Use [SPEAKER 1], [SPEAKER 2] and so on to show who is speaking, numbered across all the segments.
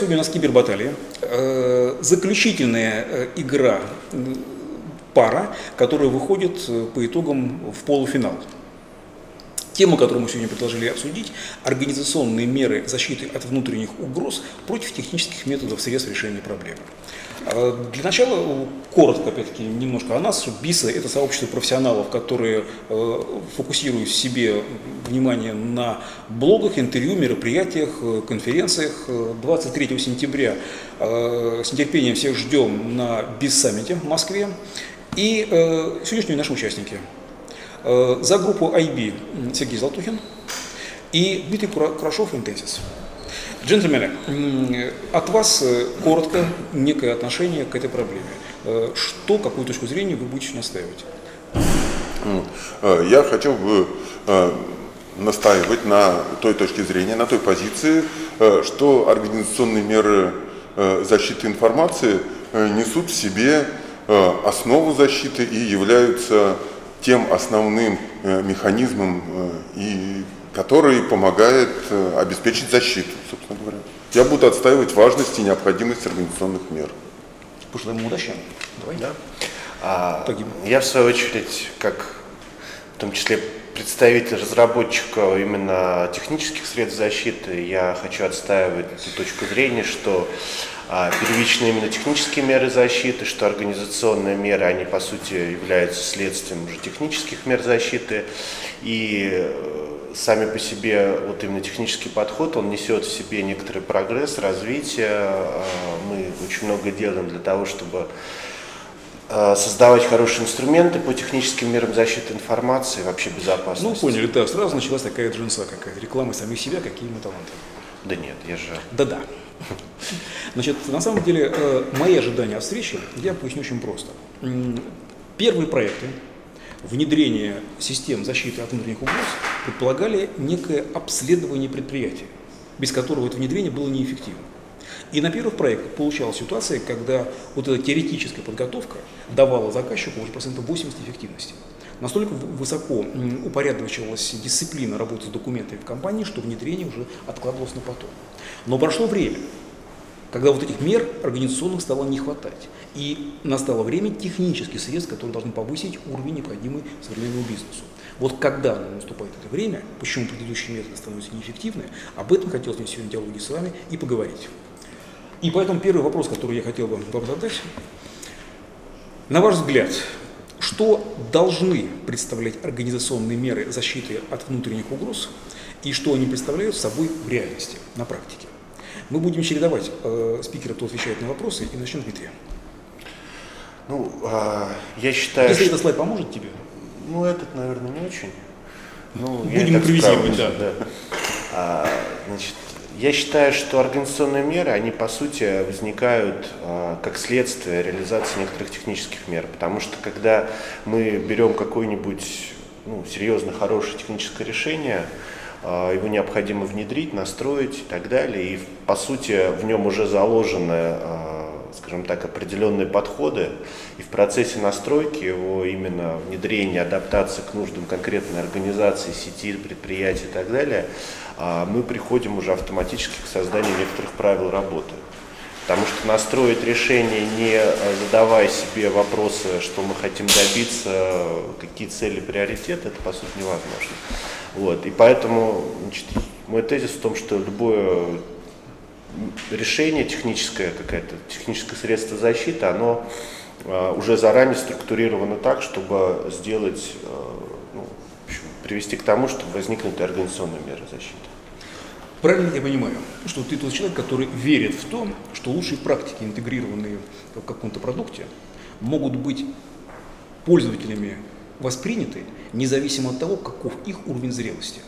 [SPEAKER 1] Сегодня у нас кибербаталия, заключительная игра пара, которая выходит по итогам в полуфинал. Тема, которую мы сегодня предложили обсудить, организационные меры защиты от внутренних угроз против технических методов средств решения проблемы. Для начала, коротко, опять-таки, немножко о нас. БИСа – это сообщество профессионалов, которые фокусируют в себе внимание на блогах, интервью, мероприятиях, конференциях. 23 сентября с нетерпением всех ждем на БИС-саммите в Москве. И сегодняшние наши участники. За группу IB Сергей Золотухин и Дмитрий Курашов, Интенсис. Джентльмены, от вас коротко некое отношение к этой проблеме. Что, какую точку зрения вы будете настаивать?
[SPEAKER 2] Я хотел бы настаивать на той точке зрения, на той позиции, что организационные меры защиты информации несут в себе основу защиты и являются тем основным механизмом, который помогает обеспечить защиту, собственно говоря. Я буду отстаивать важность и необходимость организационных мер.
[SPEAKER 1] Пожелаем удачи. Давай.
[SPEAKER 3] Да. Я, в свою очередь, как в том числе представитель разработчика именно технических средств защиты, я хочу отстаивать эту точку зрения, что первичные именно технические меры защиты, что организационные меры, они по сути являются следствием уже технических мер защиты, и сами по себе вот именно технический подход, он несет в себе некоторый прогресс, развитие. Мы очень много делаем для того, чтобы создавать хорошие инструменты по техническим мерам защиты информации, вообще безопасности.
[SPEAKER 1] Ну, поняли, да, сразу началась такая джинса какая-то, реклама самих себя, какие мы таланты.
[SPEAKER 3] Да нет, я же...
[SPEAKER 1] Да-да. Значит, на самом деле, мои ожидания от встречи, я поясню очень просто. Первые проекты внедрения систем защиты от внутренних угроз предполагали некое обследование предприятия, без которого это внедрение было неэффективно. И на первых проектах получалась ситуация, когда вот эта теоретическая подготовка давала заказчику уже 80% эффективности. Настолько высоко упорядочивалась дисциплина работы с документами в компании, что внедрение уже откладывалось на потом. Но прошло время, когда вот этих мер организационных стало не хватать. И настало время технических средств, которые должны повысить уровень, необходимый современному бизнесу. Вот когда наступает это время, почему предыдущие методы становятся неэффективны, об этом хотелось мне сегодня в диалоге с вами и поговорить. И поэтому первый вопрос, который я хотел бы вам задать. На ваш взгляд, что должны представлять организационные меры защиты от внутренних угроз и что они представляют собой в реальности, на практике? Мы будем чередовать спикера, кто отвечает на вопросы, и начнем Дмитрий.
[SPEAKER 3] Ну, я считаю,
[SPEAKER 1] если этот слайд поможет тебе?
[SPEAKER 3] Ну, этот, наверное, не очень. Ну,
[SPEAKER 1] будем импровизировать, да.
[SPEAKER 3] Значит, я считаю, что организационные меры, они по сути возникают как следствие реализации некоторых технических мер. Потому что когда мы берем какое-нибудь серьезно хорошее техническое решение, его необходимо внедрить, настроить и так далее. И по сути в нем уже заложены, скажем так, определенные подходы. И в процессе настройки его, именно внедрения, адаптации к нуждам конкретной организации, сети, предприятий и так далее, мы приходим уже автоматически к созданию некоторых правил работы. Потому что настроить решение, не задавая себе вопросы, что мы хотим добиться, какие цели, приоритеты, это по сути невозможно. Вот. И поэтому, значит, мой тезис в том, что любое решение техническое, какое-то техническое средство защиты, оно уже заранее структурировано так, чтобы сделать, привести к тому, чтобы возникнут организационные меры защиты.
[SPEAKER 1] Правильно я понимаю, что ты тот человек, который верит в то, что лучшие практики, интегрированные в каком-то продукте, могут быть пользователями восприняты, независимо от того, каков их уровень зрелости?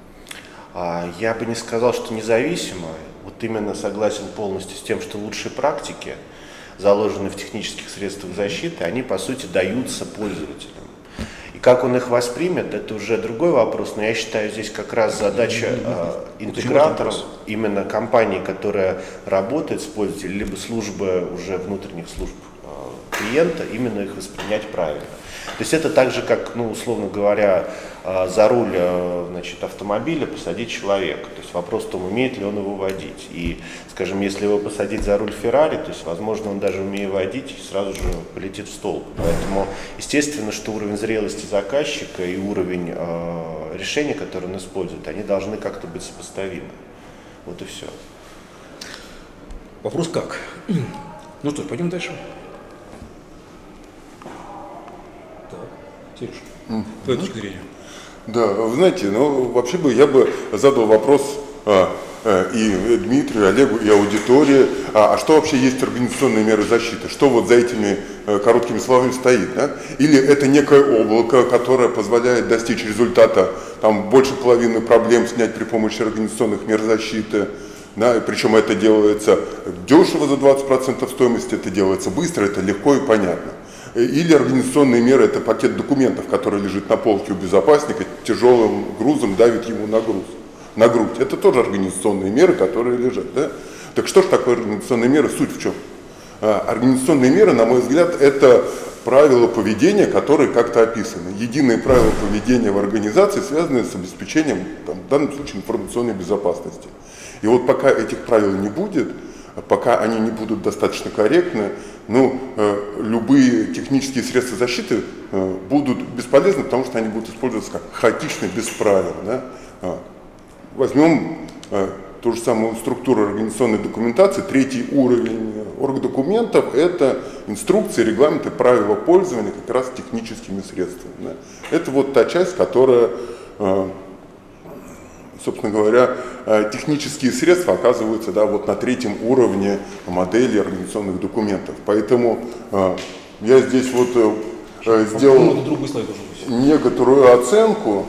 [SPEAKER 3] Я бы не сказал, что независимо. Вот именно согласен полностью с тем, что лучшие практики, заложенные в технических средствах защиты, они по сути даются пользователям. И как он их воспримет, это уже другой вопрос, но я считаю, здесь как раз задача интеграторов, именно компании, которая работает с пользователем, либо службы уже внутренних служб клиента, именно их воспринять правильно. То есть это так же, как, ну, условно говоря, за руль, значит, автомобиля посадить человека. То есть вопрос в том, умеет ли он его водить. И, скажем, если его посадить за руль Феррари, то есть, возможно, он даже умея водить, сразу же полетит в столб. Поэтому, естественно, что уровень зрелости заказчика и уровень решения, которые он использует, они должны как-то быть сопоставимы. Вот и все.
[SPEAKER 1] Вопрос как? Ну что ж, пойдем дальше. Так, Сереж, твоя точка зрения.
[SPEAKER 2] Да, вы знаете, ну вообще бы я бы задал вопрос и Дмитрию, Олегу, и аудитории, а что вообще есть организационные меры защиты? Что вот за этими короткими словами стоит? Да? Или это некое облако, которое позволяет достичь результата, там больше половины проблем снять при помощи организационных мер защиты? Да, причем это делается дешево за 20% стоимости, это делается быстро, это легко и понятно. Или организационные меры – это пакет документов, который лежит на полке у безопасника, тяжелым грузом давит ему на грудь. Это тоже организационные меры, которые лежат. Да? Так что же такое организационные меры? Суть в чем? Организационные меры, на мой взгляд, это правила поведения, которые как-то описаны. Единые правила поведения в организации, связанные с обеспечением, там, в данном случае, информационной безопасности. И вот пока этих правил не будет, пока они не будут достаточно корректны, ну, любые технические средства защиты будут бесполезны, потому что они будут использоваться как хаотично, без правил. Да? Возьмем ту же самую структуру организационной документации, третий уровень оргдокументов – это инструкции, регламенты, правила пользования как раз техническими средствами. Да? Это вот та часть, которая, собственно говоря, технические средства оказываются, да, вот на третьем уровне модели организационных документов. Поэтому я здесь вот сделал некоторую оценку.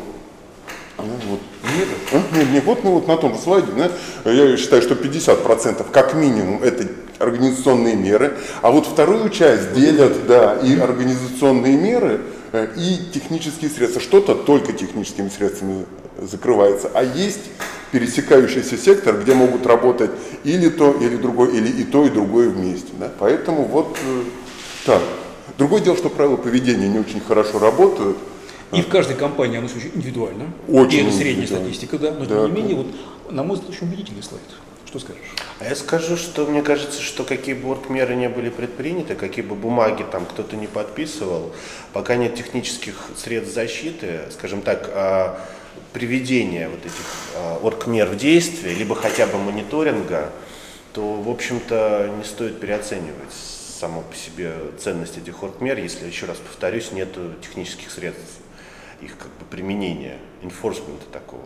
[SPEAKER 2] Вот. Нет, вот на том же слайде, да, я считаю, что 50% как минимум это организационные меры, а вот вторую часть делят, да, и организационные меры, и технические средства. Что-то только техническими средствами закрывается, а есть пересекающийся сектор, где могут работать или то, или другое, или и то, и другое вместе. Да? Поэтому вот так. Другое дело, что правила поведения не очень хорошо работают.
[SPEAKER 1] И в каждой компании оно очень индивидуально.
[SPEAKER 2] Очень
[SPEAKER 1] и это средняя
[SPEAKER 2] индивидуально.
[SPEAKER 1] статистика, да. Но тем не менее, вот, на мой взгляд, очень убедительный слайд. Что скажешь?
[SPEAKER 3] А я скажу, что мне кажется, что какие бы оргмеры не были предприняты, какие бы бумаги там кто-то не подписывал, пока нет технических средств защиты, скажем так, приведения вот этих оргмер в действие, либо хотя бы мониторинга, то, в общем-то, не стоит переоценивать само по себе ценность этих оргмер, если, еще раз повторюсь, нет технических средств их как бы применения, enforcement такого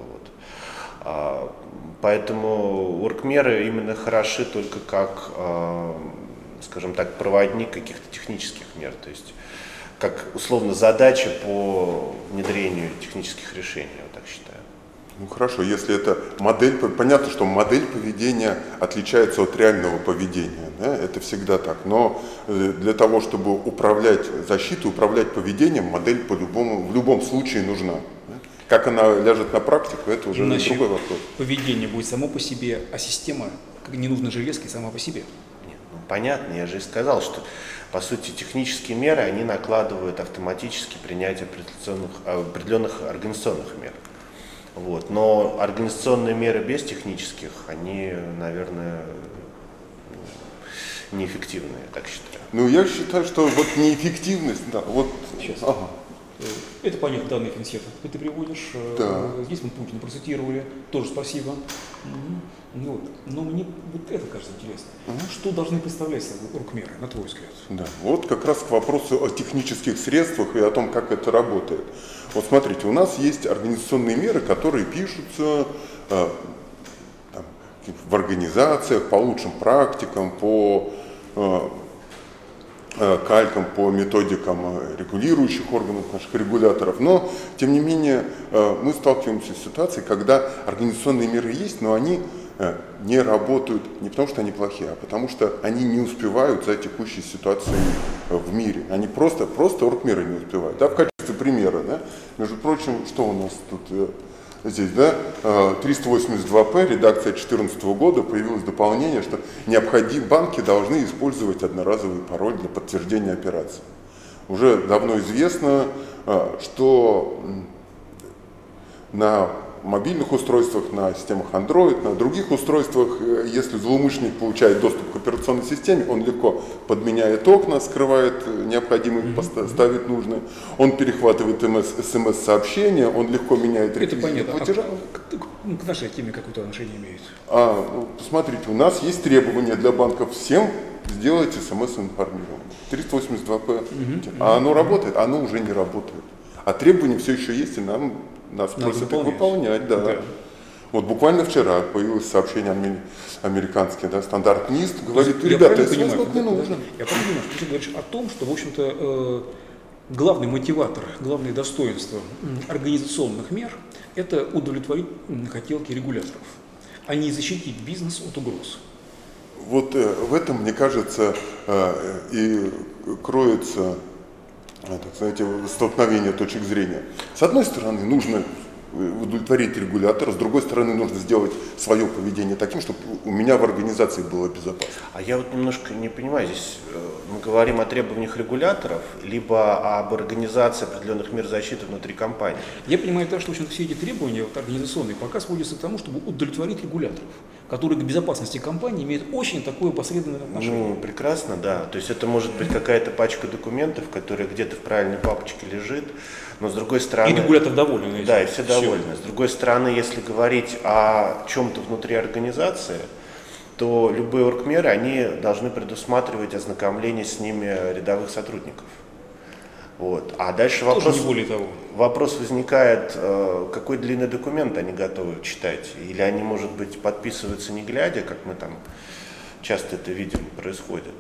[SPEAKER 3] вот. Поэтому оргмеры именно хороши только как, скажем так, проводник каких-то технических мер, то есть как условно задача по внедрению технических решений, я так считаю.
[SPEAKER 2] Ну хорошо, если это модель, понятно, что модель поведения отличается от реального поведения, да? Это всегда так, но для того, чтобы управлять защитой, управлять поведением, модель по-любому, в любом случае нужна. Да? Как она ляжет на практику, это уже другой вопрос.
[SPEAKER 1] Поведение будет само по себе, а система, как ненужной железки, сама по себе.
[SPEAKER 3] Нет, ну, понятно, я же и сказал, что по сути технические меры, они накладывают автоматически принятие определенных организационных мер. Вот. Но организационные меры без технических, они, наверное, неэффективные, я так считаю.
[SPEAKER 2] Ну, я считаю, что вот неэффективность, да, вот...
[SPEAKER 1] Сейчас. Ага. Это понятно, данные финсета. Ты приводишь,
[SPEAKER 2] да.
[SPEAKER 1] Здесь мы Путина процитировали, тоже спасибо. Вот. Но мне вот это кажется интересно. Что должны представлять собой оргмеры, на твой взгляд?
[SPEAKER 2] Да. Вот как раз к вопросу о технических средствах и о том, как это работает. Вот смотрите, у нас есть организационные меры, которые пишутся в организациях по лучшим практикам, по калькам, по методикам регулирующих органов, наших регуляторов. Но, тем не менее, мы сталкиваемся с ситуацией, когда организационные меры есть, но они не работают не потому, что они плохие, а потому что они не успевают за текущей ситуацией в мире. Они просто оргмеры не успевают. Да, в качестве примера, да, между прочим, что у нас тут здесь, да, 382П, редакция 2014 года, появилось дополнение, что банки должны использовать одноразовый пароль для подтверждения операции. уже давно известно, что на мобильных устройствах, на системах Android, на других устройствах, если злоумышленник получает доступ к операционной системе, он легко подменяет окна, скрывает необходимое, ставит нужное, он перехватывает смс-сообщения, он легко меняет реквизиты платежа.
[SPEAKER 1] К нашей теме какое-то отношение имеет?
[SPEAKER 2] Посмотрите, у нас есть требования для банков всем сделать смс-информирование. 382П. А оно работает? Оно уже не работает. А требования все еще есть, и нас просят их выполнять. Да. Вот буквально вчера появилось сообщение американское, да, стандарт NIST, говорит, ребята, смс не нужно.
[SPEAKER 1] Я понимаю, что ты говоришь о том, что, в общем-то, главный мотиватор, главное достоинство организационных мер – это удовлетворить хотелки регуляторов, а не защитить бизнес от угроз.
[SPEAKER 2] Вот в этом, мне кажется, и кроется, так сказать, столкновение точек зрения. С одной стороны, нужно удовлетворить регулятора, с другой стороны, нужно сделать свое поведение таким, чтобы у меня в организации было безопасно.
[SPEAKER 3] А я вот немножко не понимаю, здесь мы говорим о требованиях регуляторов, либо об организации определенных мер защиты внутри компании.
[SPEAKER 1] Я понимаю так, что все эти требования организационные пока сводятся к тому, чтобы удовлетворить регуляторов, которые к безопасности компании имеют очень такое посредственное отношение.
[SPEAKER 3] Ну, прекрасно, да. То есть это может быть какая-то пачка документов, которая где-то в правильной папочке лежит, но с другой стороны...
[SPEAKER 1] И регулятор доволен этим.
[SPEAKER 3] Да, и все довольны. С другой стороны, если говорить о чем-то внутри организации, то любые оргмеры, они должны предусматривать ознакомление с ними рядовых сотрудников. Вот. А дальше вопрос возникает, какой длинный документ они готовы читать. Или они, может быть, подписываются не глядя, как мы там часто это видим, происходит.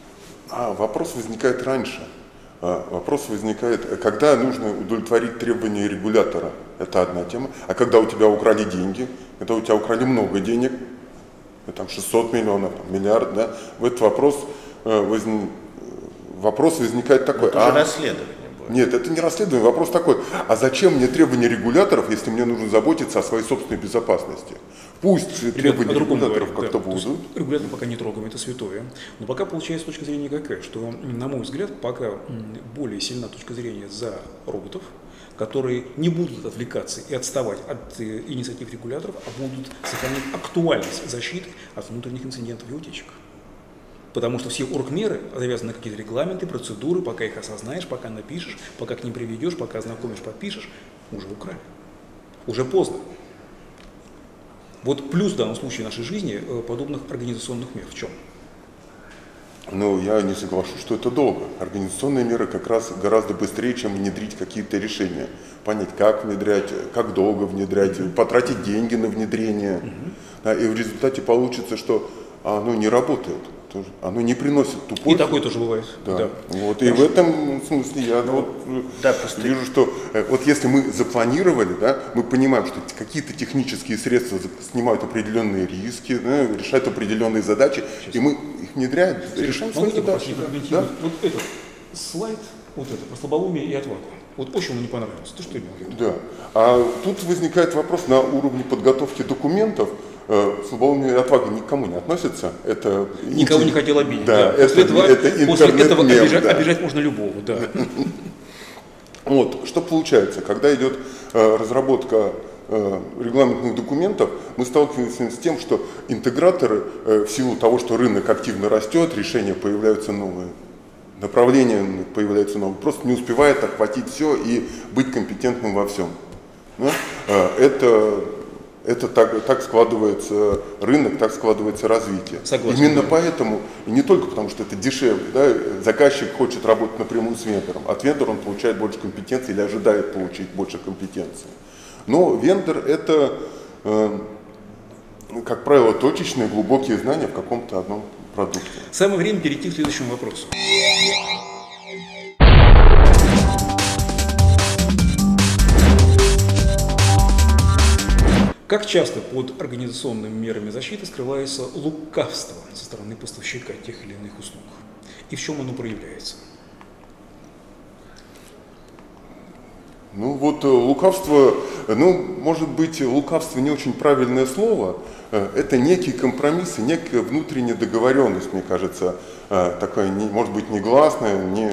[SPEAKER 2] Вопрос возникает раньше. Вопрос возникает, когда нужно удовлетворить требования регулятора. Это одна тема. А когда у тебя украли деньги, когда у тебя украли много денег, там 600 миллионов, миллиард, да, в этот вопрос возникает такой.
[SPEAKER 3] Это уже расследование будет.
[SPEAKER 2] Нет, это не расследование, вопрос такой, а зачем мне требования регуляторов, если мне нужно заботиться о своей собственной безопасности? Пусть требования регуляторов как-то будут.
[SPEAKER 1] Регулятор пока не трогаем, это святое. Но пока получается точка зрения какая, что, на мой взгляд, пока более сильна точка зрения за роботов, которые не будут отвлекаться и отставать от инициатив регуляторов, а будут сохранять актуальность защиты от внутренних инцидентов и утечек. Потому что все оргмеры завязаны на какие-то регламенты, процедуры, пока их осознаешь, пока напишешь, пока к ним приведешь, пока ознакомишь, подпишешь, уже украли. Уже поздно. Вот плюс в данном случае нашей жизни подобных организационных мер в чем?
[SPEAKER 2] Ну, я не соглашусь, что это долго. Организационные меры как раз гораздо быстрее, чем внедрить какие-то решения. Понять, как внедрять, как долго внедрять, потратить деньги на внедрение. Да, и в результате получится, что оно не работает. Оно не приносит ту пользу.
[SPEAKER 1] И такое тоже бывает.
[SPEAKER 2] Да. Вот, и в этом смысле я вижу, что вот если мы запланировали, да, мы понимаем, что какие-то технические средства снимают определенные риски, да, решают определенные задачи, и мы их внедряем, решаем свои задачи.
[SPEAKER 1] Да? Вот этот слайд, вот это, про слабоумие и отвагу. Вот очень мне не понравилось. Ты что имел в виду?
[SPEAKER 2] Да. А тут возникает вопрос на уровне подготовки документов. Слабоумие и отвага никому не относятся. Это
[SPEAKER 1] никого не хотел обидеть.
[SPEAKER 2] Да,
[SPEAKER 1] да. После этого обижать можно любого. Да.
[SPEAKER 2] Вот, что получается, когда идет разработка регламентных документов, мы сталкиваемся с тем, что интеграторы, в силу того, что рынок активно растет, решения появляются новые, направления появляются новые, просто не успевает охватить все и быть компетентным во всем. Да? Это так складывается рынок, так складывается развитие.
[SPEAKER 1] Согласен.
[SPEAKER 2] Именно поэтому, и не только потому, что это дешевле, да, заказчик хочет работать напрямую с вендором, от вендора он получает больше компетенции или ожидает получить больше компетенции. Но вендор это, как правило, точечные глубокие знания в каком-то одном продукте.
[SPEAKER 1] Самое время перейти к следующему вопросу. Как часто под организационными мерами защиты скрывается лукавство со стороны поставщика тех или иных услуг? И в чем оно проявляется?
[SPEAKER 2] Ну вот лукавство, может быть, лукавство не очень правильное слово. Это некий компромисс, некая внутренняя договоренность, мне кажется, такая, может быть, негласная,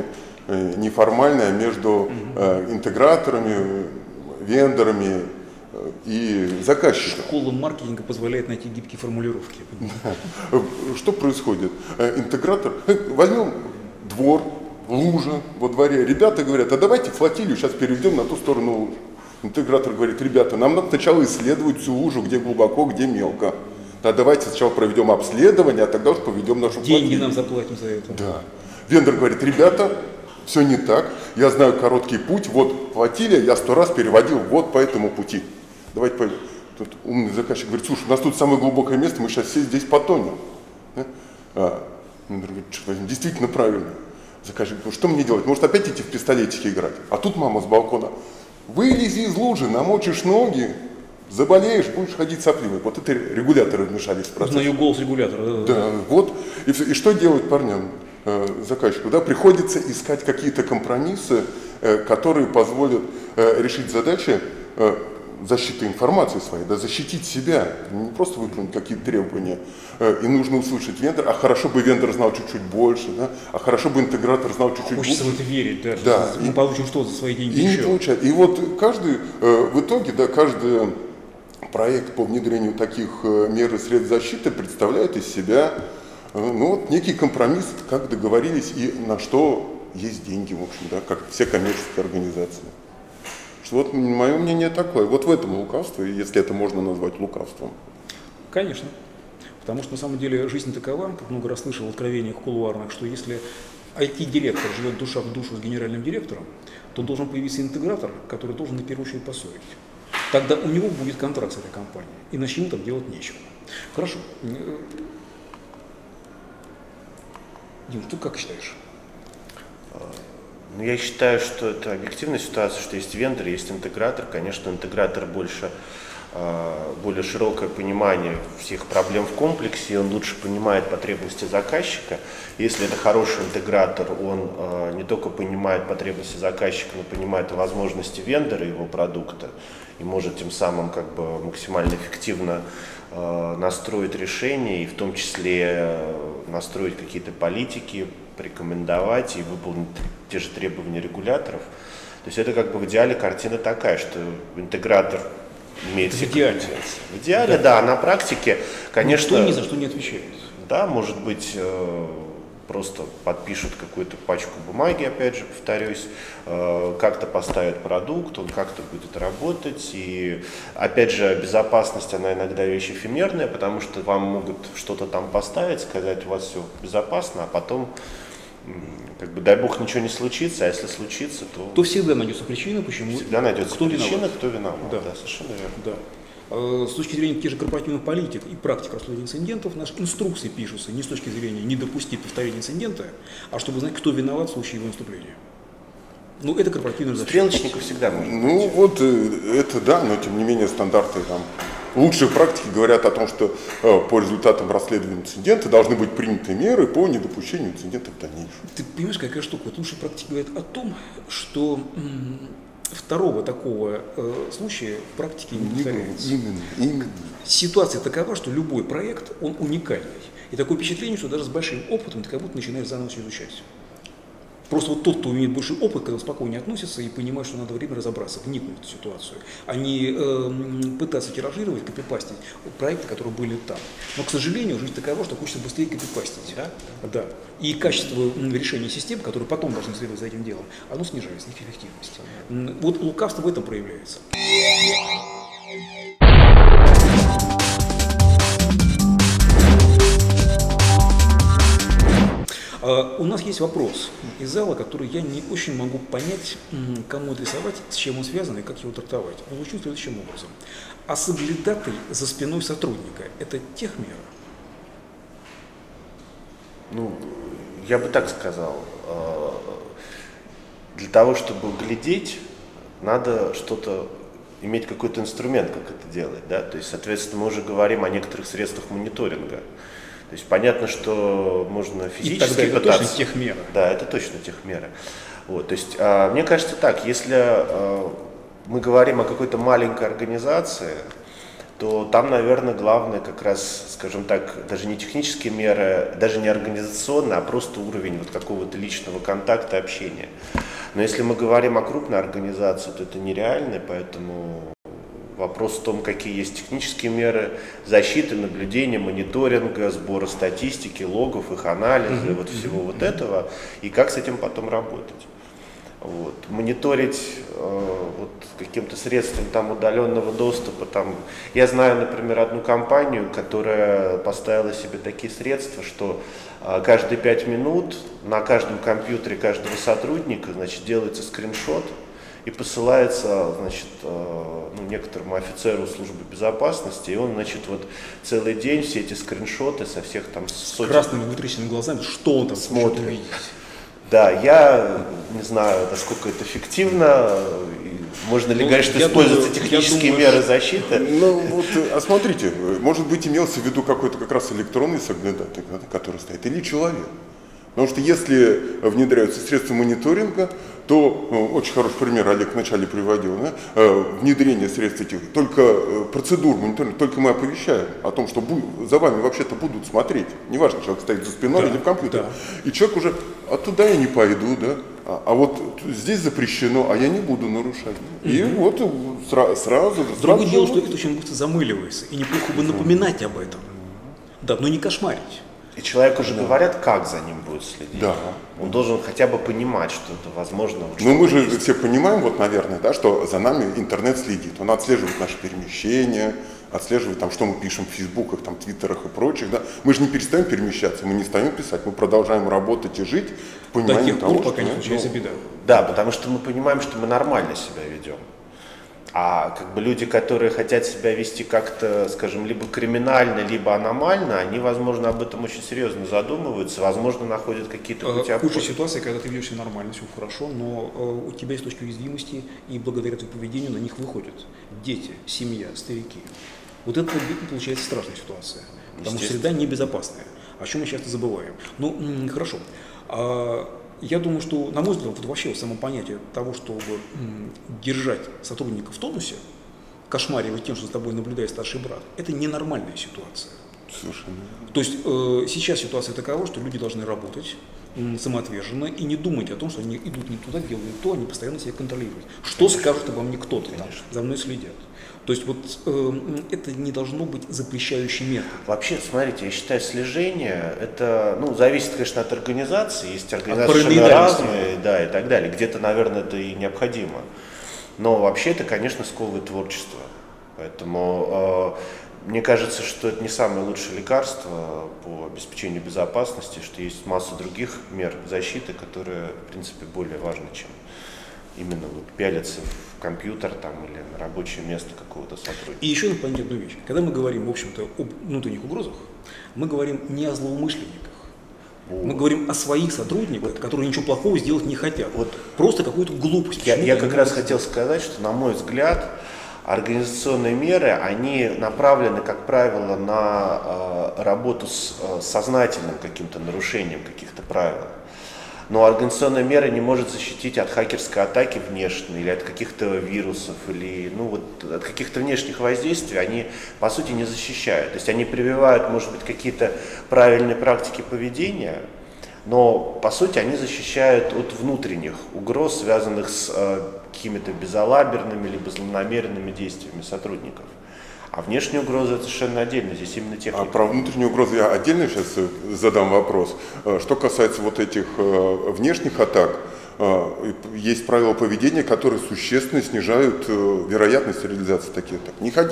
[SPEAKER 2] неформальная между интеграторами, вендорами и заказчиком.
[SPEAKER 1] Школа маркетинга позволяет найти гибкие формулировки.
[SPEAKER 2] Что происходит? Интегратор, возьмем двор, лужа во дворе. Ребята говорят, а давайте флотилию сейчас переведем на ту сторону лужи. Интегратор говорит, ребята, нам надо сначала исследовать всю лужу, где глубоко, где мелко. Да, давайте сначала проведем обследование, а тогда уж поведем нашу флотилию.
[SPEAKER 1] Деньги нам заплатим за это.
[SPEAKER 2] Да. Вендор говорит, ребята, все не так, я знаю короткий путь, вот флотилия, я 100 раз переводил вот по этому пути. Давайте пойдем. Тут умный заказчик говорит, слушай, у нас тут самое глубокое место, мы сейчас все здесь потонем. Вендор говорит, черт возьми, действительно правильно. Заказчик говорит, что мне делать, может опять идти в пистолетики играть? А тут мама с балкона, вылези из лужи, намочишь ноги, заболеешь, будешь ходить сопливый. Вот это регуляторы вмешались в процесс.
[SPEAKER 1] Узнаю голос регулятора.
[SPEAKER 2] Да, вот. И что делать парням, заказчику? Да, приходится искать какие-то компромиссы, которые позволят решить задачи защиты информации своей, да, защитить себя, не просто выполнить какие-то требования. И нужно услышать вендора, а хорошо бы вендор знал чуть-чуть больше, да, а хорошо бы интегратор знал чуть-чуть больше.
[SPEAKER 1] Хочется в это верить, да,
[SPEAKER 2] да.
[SPEAKER 1] Что мы получим что-то за свои деньги
[SPEAKER 2] И
[SPEAKER 1] еще.
[SPEAKER 2] не получается. И вот каждый, в итоге, да, каждый проект по внедрению таких мер и средств защиты представляет из себя вот, некий компромисс, как договорились и на что есть деньги, в общем, да, как все коммерческие организации. Вот мое мнение такое. Вот в этом лукавство, если это можно назвать лукавством.
[SPEAKER 1] Конечно. Потому что на самом деле жизнь такова, как много раз слышал в откровениях кулуарных, что если IT-директор живет душа в душу с генеральным директором, то должен появиться интегратор, который должен на первую очередь поссорить. Тогда у него будет контракт с этой компанией, иначе ему там делать нечего. Хорошо. Дим, ты как считаешь?
[SPEAKER 3] Ну, я считаю, что это объективная ситуация, что есть вендор, есть интегратор. Конечно, интегратор более широкое понимание всех проблем в комплексе, и он лучше понимает потребности заказчика. Если это хороший интегратор, он не только понимает потребности заказчика, но понимает и возможности вендора, его продукта, и может тем самым как бы максимально эффективно настроить решения, и в том числе настроить какие-то политики, порекомендовать и выполнить те же требования регуляторов. То есть это как бы в идеале картина такая, что интегратор имеет
[SPEAKER 1] в идеале.
[SPEAKER 3] В идеале, да, на практике, конечно...
[SPEAKER 1] Никто ни за что не отвечает.
[SPEAKER 3] Да, может быть, просто подпишут какую-то пачку бумаги, опять же, повторюсь, как-то поставят продукт, он как-то будет работать. И, опять же, безопасность, она иногда вещь эфемерная, потому что вам могут что-то там поставить, сказать, у вас все безопасно, а потом, как бы, дай бог, ничего не случится, а если случится,
[SPEAKER 1] то всегда найдется причина, почему.
[SPEAKER 3] Всегда найдется
[SPEAKER 1] кто
[SPEAKER 3] причина,
[SPEAKER 1] виноват.
[SPEAKER 3] кто виноват.
[SPEAKER 1] Да.
[SPEAKER 3] Да, совершенно верно.
[SPEAKER 1] Да. С точки зрения тех же корпоративных политик и практик расследования инцидентов, наши инструкции пишутся не с точки зрения не допустить повторения инцидента, а чтобы знать, кто виноват в случае его наступления. Ну, это корпоративная защита.
[SPEAKER 3] Стрелочников всегда можно.
[SPEAKER 2] Ну, вот это да, но тем не менее стандарты там. Лучшие практики говорят о том, что по результатам расследования инцидента должны быть приняты меры по недопущению инцидента в дальнейшем.
[SPEAKER 1] Ты понимаешь, какая штука? Вот лучшие практики говорят о том, что второго такого случая в практике не повторяется.
[SPEAKER 2] Именно.
[SPEAKER 1] Ситуация такова, что любой проект, он уникальный. И такое впечатление, что даже с большим опытом ты как будто начинаешь заново все изучать. Просто вот тот, кто имеет больший опыт, когда спокойнее относится и понимает, что надо время разобраться, вникнуть в эту ситуацию, а не пытаться тиражировать, копипастить проекты, которые были там. Но, к сожалению, жизнь такова, что хочется быстрее копипастить. Да? Да. И качество решения систем, которые потом должны следовать за этим делом, оно снижается, их эффективность. Вот лукавство в этом проявляется. У нас есть вопрос из зала, который я не очень могу понять, кому адресовать, с чем он связан и как его трактовать. Он звучит следующим образом. А соглядатый за спиной сотрудника – это техмера?
[SPEAKER 3] Ну, я бы так сказал. Для того, чтобы глядеть, надо что-то иметь какой-то инструмент, как это делать. Да? То есть, соответственно, мы уже говорим о некоторых средствах мониторинга. То есть понятно, что можно физически
[SPEAKER 1] и тогда это
[SPEAKER 3] пытаться.
[SPEAKER 1] Точно техмера.
[SPEAKER 3] Да, это точно техмера. Вот, то есть, мне кажется так, если мы говорим о какой-то маленькой организации, то там, наверное, главное как раз, скажем так, даже не технические меры, даже не организационные, а просто уровень вот какого-то личного контакта, общения. Но если мы говорим о крупной организации, то это нереально, поэтому вопрос в том, какие есть технические меры защиты, наблюдения, мониторинга, сбора статистики, логов, их анализа, вот всего вот этого, и как с этим потом работать. Вот. Мониторить вот, каким-то средством там, удаленного доступа. Там. Я знаю, например, одну компанию, которая поставила себе такие средства, что каждые 5 минут на каждом компьютере каждого сотрудника, значит, делается скриншот и посылается, значит, некоторому офицеру службы безопасности, и он, значит, вот целый день все эти скриншоты со всех там сотен...
[SPEAKER 1] С красными вытрясенными глазами, что он там
[SPEAKER 3] смотрит.
[SPEAKER 1] увидеть.
[SPEAKER 3] Да, я не знаю, насколько это эффективно, можно ли говорить, что используются технические меры защиты.
[SPEAKER 2] Ну вот, смотрите, может быть, имелся в виду какой-то как раз электронный соглядатый, который стоит, или человек. Потому что если внедряются средства мониторинга, то, очень хороший пример Олег вначале приводил, да, внедрение средств этих, только процедур мониторинга, только мы оповещаем о том, что за вами вообще-то будут смотреть, неважно, человек стоит за спиной или в компьютере, и человек уже, а туда я не пойду, да, а вот здесь запрещено, а я не буду нарушать. И вот сразу...
[SPEAKER 1] Другое дело, что это очень быстро замыливается, и неплохо бы напоминать об этом, да, но не кошмарить.
[SPEAKER 3] И человеку уже говорят, как за ним будет следить.
[SPEAKER 2] Да.
[SPEAKER 3] Он должен хотя бы понимать, что это возможно.
[SPEAKER 2] Ну мы же все понимаем, вот, наверное, да, что за нами интернет следит. Он отслеживает наши перемещения, отслеживает, там, что мы пишем в фейсбуках, там, твиттерах и прочих. Да. Мы же не перестаем перемещаться, мы не устаем писать, мы продолжаем работать и жить в понимании
[SPEAKER 1] до тех
[SPEAKER 2] того,
[SPEAKER 1] пор, пока не случается беда.
[SPEAKER 3] Да, потому что мы понимаем, что мы нормально себя ведем. А как бы люди, которые хотят себя вести как-то, скажем, либо криминально, либо аномально, они, возможно, об этом очень серьезно задумываются, возможно, находят какие-то пути обхода.
[SPEAKER 1] Худшая ситуация, когда ты ведешь себя нормально, все хорошо, но у тебя есть точки уязвимости, и благодаря твоему поведению на них выходят дети, семья, старики. Вот это получается страшная ситуация, потому что среда небезопасная, о чем мы часто забываем. Ну, хорошо. Я думаю, что, на мой взгляд, вот вообще само понятие того, чтобы держать сотрудника в тонусе, кошмаривать тем, что за тобой наблюдает старший брат, это ненормальная ситуация.
[SPEAKER 2] Слушай,
[SPEAKER 1] То есть сейчас ситуация такова, что люди должны работать самоотверженно и не думать о том, что они идут не туда, делают то, они постоянно себя контролируют. Что скажет обо мне кто-то там, за мной следят. То есть вот это не должно быть запрещающим методом.
[SPEAKER 3] Вообще, смотрите, я считаю, слежение, это, зависит, конечно, от организации, есть организации разные, да, и так далее. Где-то, наверное, это и необходимо. Но вообще это, конечно, сковывает творчество. Поэтому мне кажется, что это не самое лучшее лекарство по обеспечению безопасности, что есть масса других мер защиты, которые, в принципе, более важны, чем именно вот пялиться в компьютер там, или на рабочее место какого-то сотрудника.
[SPEAKER 1] И еще надо понять одну вещь. Когда мы говорим, в общем-то, об внутренних угрозах, мы говорим не о злоумышленниках. Мы говорим о своих сотрудниках, которые ничего плохого сделать не хотят. Просто какую-то глупость.
[SPEAKER 3] Я как раз хотел сказать, что, на мой взгляд, организационные меры, они направлены, как правило, на работу с сознательным каким-то нарушением каких-то правил. Но организационная мера не может защитить от хакерской атаки внешней, или от каких-то вирусов, или от каких-то внешних воздействий, они по сути не защищают. То есть они прививают, может быть, какие-то правильные практики поведения, но по сути они защищают от внутренних угроз, связанных с какими-то безалаберными либо злонамеренными действиями сотрудников. А внешние угрозы это совершенно отдельно, здесь именно техника.
[SPEAKER 2] А про внутреннюю угрозу я отдельно сейчас задам вопрос. Что касается вот этих внешних атак, есть правила поведения, которые существенно снижают вероятность реализации таких атак. Не ходи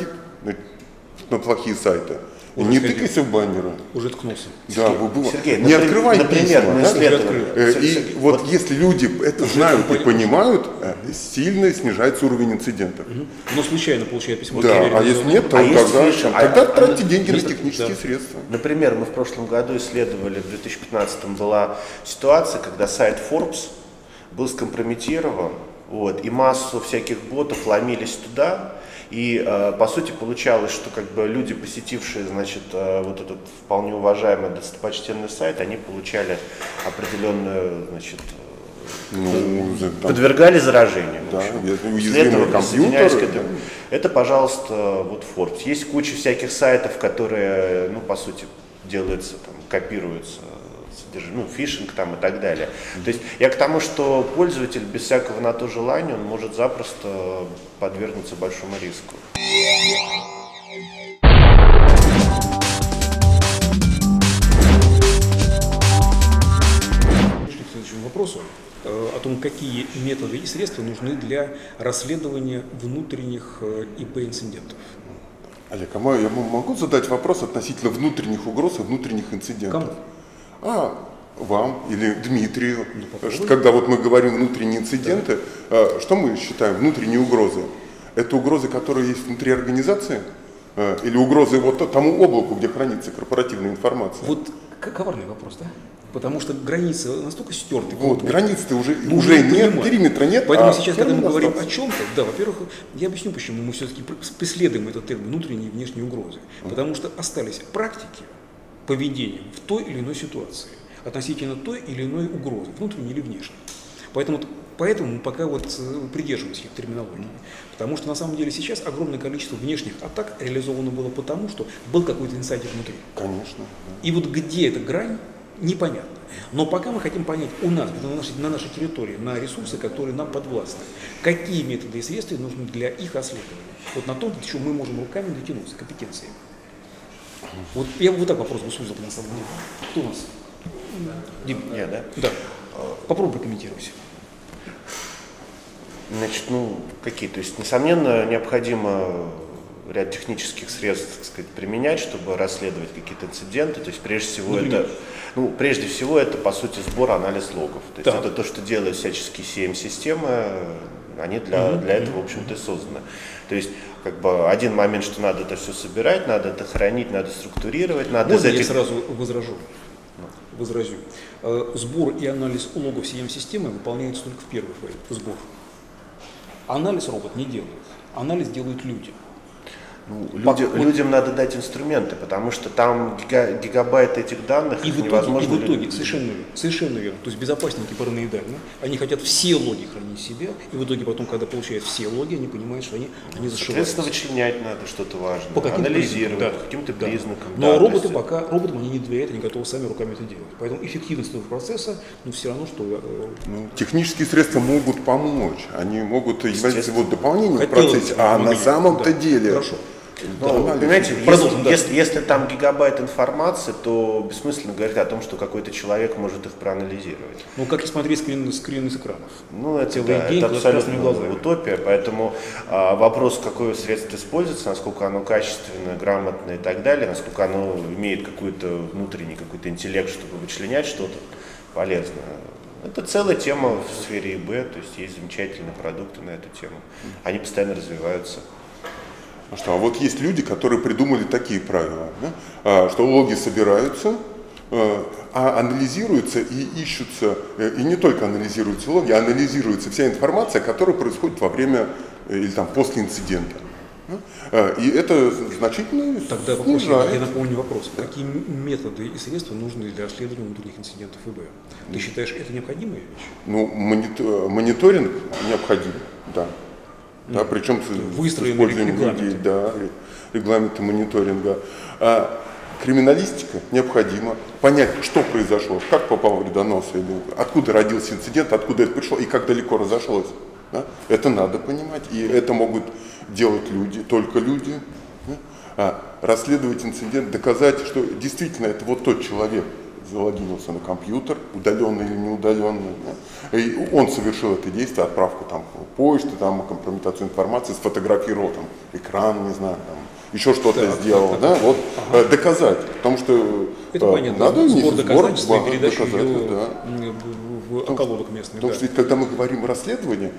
[SPEAKER 2] на плохие сайты.
[SPEAKER 1] Уже
[SPEAKER 2] не тыкайся в баннеры.
[SPEAKER 1] Уже ткнулся.
[SPEAKER 2] Да,
[SPEAKER 3] Сергей,
[SPEAKER 2] не открывай
[SPEAKER 3] например,
[SPEAKER 2] письма. И вот если люди это знают и понимают, сильно снижается уровень инцидентов.
[SPEAKER 1] Но случайно получает письмо.
[SPEAKER 2] Да, а если нет, то тогда тратьте деньги на технические средства.
[SPEAKER 3] Например, мы в прошлом году исследовали, в 2015 была ситуация, когда сайт Forbes был скомпрометирован, и массу всяких ботов ломились туда. И по сути получалось, что как бы люди, посетившие, значит, вот этот вполне уважаемый, достопочтенный сайт, они получали определенную, значит, подвергали заражению.
[SPEAKER 2] Да, уязвимый компьютер.
[SPEAKER 3] это, пожалуйста, вот Forbes. Есть куча всяких сайтов, которые, ну, по сути, делаются, там, копируются, фишинг там и так далее. То есть я к тому, что пользователь без всякого на то желания, он может запросто подвергнуться большому риску.
[SPEAKER 1] К следующему вопросу о том, какие методы и средства нужны для расследования внутренних ИП-инцидентов.
[SPEAKER 2] Олег, а я могу задать вопрос относительно внутренних угроз и внутренних инцидентов?
[SPEAKER 1] Кому?
[SPEAKER 2] Вам или Дмитрию.
[SPEAKER 1] Ну,
[SPEAKER 2] когда вот мы говорим внутренние инциденты, что мы считаем внутренние угрозы? Это угрозы, которые есть внутри организации? Или угрозы вот тому облаку, где хранится корпоративная информация?
[SPEAKER 1] Вот коварный вопрос, да? Потому что границы настолько стерты.
[SPEAKER 2] Вот, границ-то уже
[SPEAKER 1] не
[SPEAKER 2] нет,
[SPEAKER 1] понимаем.
[SPEAKER 2] периметра нет.
[SPEAKER 1] Поэтому сейчас, когда мы говорим
[SPEAKER 2] остался.
[SPEAKER 1] о чем-то, да, во-первых, я объясню, почему мы все-таки преследуем этот термин внутренние и внешние угрозы. Потому что остались практики поведения в той или иной ситуации относительно той или иной угрозы, внутренней или внешней. Поэтому мы пока вот придерживаемся их терминологии. Потому что на самом деле сейчас огромное количество внешних атак реализовано было потому, что был какой-то инсайдер внутри.
[SPEAKER 2] Конечно.
[SPEAKER 1] И вот где эта грань, непонятно. Но пока мы хотим понять у нас, на нашей территории, на ресурсы, которые нам подвластны, какие методы и средства нужны для их расследования. Вот на том, до чего мы можем руками дотянуться, компетенции. Вот я вот так вопрос бы сузил на самом деле. Кто у нас? Дим.
[SPEAKER 3] Я, да?
[SPEAKER 1] Да. Попробуй прокомментировать.
[SPEAKER 3] Значит, какие? То есть, несомненно, необходимо ряд технических средств, так сказать, применять, чтобы расследовать какие-то инциденты. То есть, прежде всего, это, по сути, сбор, анализ логов. То есть, это то, что делают всяческие CM-системы, они для этого, в общем-то, и созданы. То есть, один момент, что надо это все собирать, надо это хранить, надо структурировать, надо...
[SPEAKER 1] Можно я сразу возражу? Возразю. Сбор и анализ логов CM-системы выполняется только в первый файл, сбор. Анализ робот не делает, анализ делают люди.
[SPEAKER 3] Людям надо дать инструменты, потому что там гигабайт этих данных невозможно.
[SPEAKER 1] И в итоге, совершенно верно. То есть безопасники параноидальны, они хотят все логи хранить себе, и в итоге потом, когда получают все логи, они понимают, что они зашиваются.
[SPEAKER 3] Соответственно, вычленять надо что-то важное, анализировать по каким-то признакам.
[SPEAKER 1] Но роботам они не доверяют, они готовы сами руками это делать. Поэтому эффективность этого процесса, все равно, что...
[SPEAKER 2] технические средства могут помочь, они могут являться дополнением в процессе, а на самом-то деле...
[SPEAKER 1] Хорошо.
[SPEAKER 3] Понимаете, если там гигабайт информации, то бессмысленно говорить о том, что какой-то человек может их проанализировать.
[SPEAKER 1] Как и смотреть скрины с экранов.
[SPEAKER 3] Это абсолютно утопия, поэтому вопрос, какое средство используется, насколько оно качественное, грамотное и так далее, насколько оно имеет какой-то внутренний какой-то интеллект, чтобы вычленять что-то полезное. Это целая тема в сфере ИБ, то есть замечательные продукты на эту тему. Они постоянно развиваются.
[SPEAKER 2] А вот есть люди, которые придумали такие правила, что логи собираются, а анализируются и ищутся, и не только анализируются логи, а анализируется вся информация, которая происходит во время или после инцидента. И это значительно
[SPEAKER 1] Тогда
[SPEAKER 2] снижает.
[SPEAKER 1] Я напомню вопрос. Какие методы и средства нужны для расследования внутренних инцидентов ИБ? Ты считаешь, это необходимая вещь?
[SPEAKER 2] Мониторинг необходим, да. Причем с использованием людей, регламенты мониторинга. Криминалистика необходима. Понять, что произошло, как попал вредонос, или откуда родился инцидент, откуда это пришло и как далеко разошлось. Да? Это надо понимать, и это могут делать люди, только люди. Расследовать инцидент, доказать, что действительно это вот тот человек залогинился на компьютер, удаленно или неудаленно, и он совершил это действие, отправку почты, компрометацию информации, сфотографировал экран, не знаю, еще что-то сделал, доказать, потому что
[SPEAKER 1] это понятно.
[SPEAKER 2] Надо
[SPEAKER 1] сбор доказательств и передачу
[SPEAKER 2] ее
[SPEAKER 1] в околоток местный.
[SPEAKER 2] Потому что ведь, когда мы говорим о расследовании,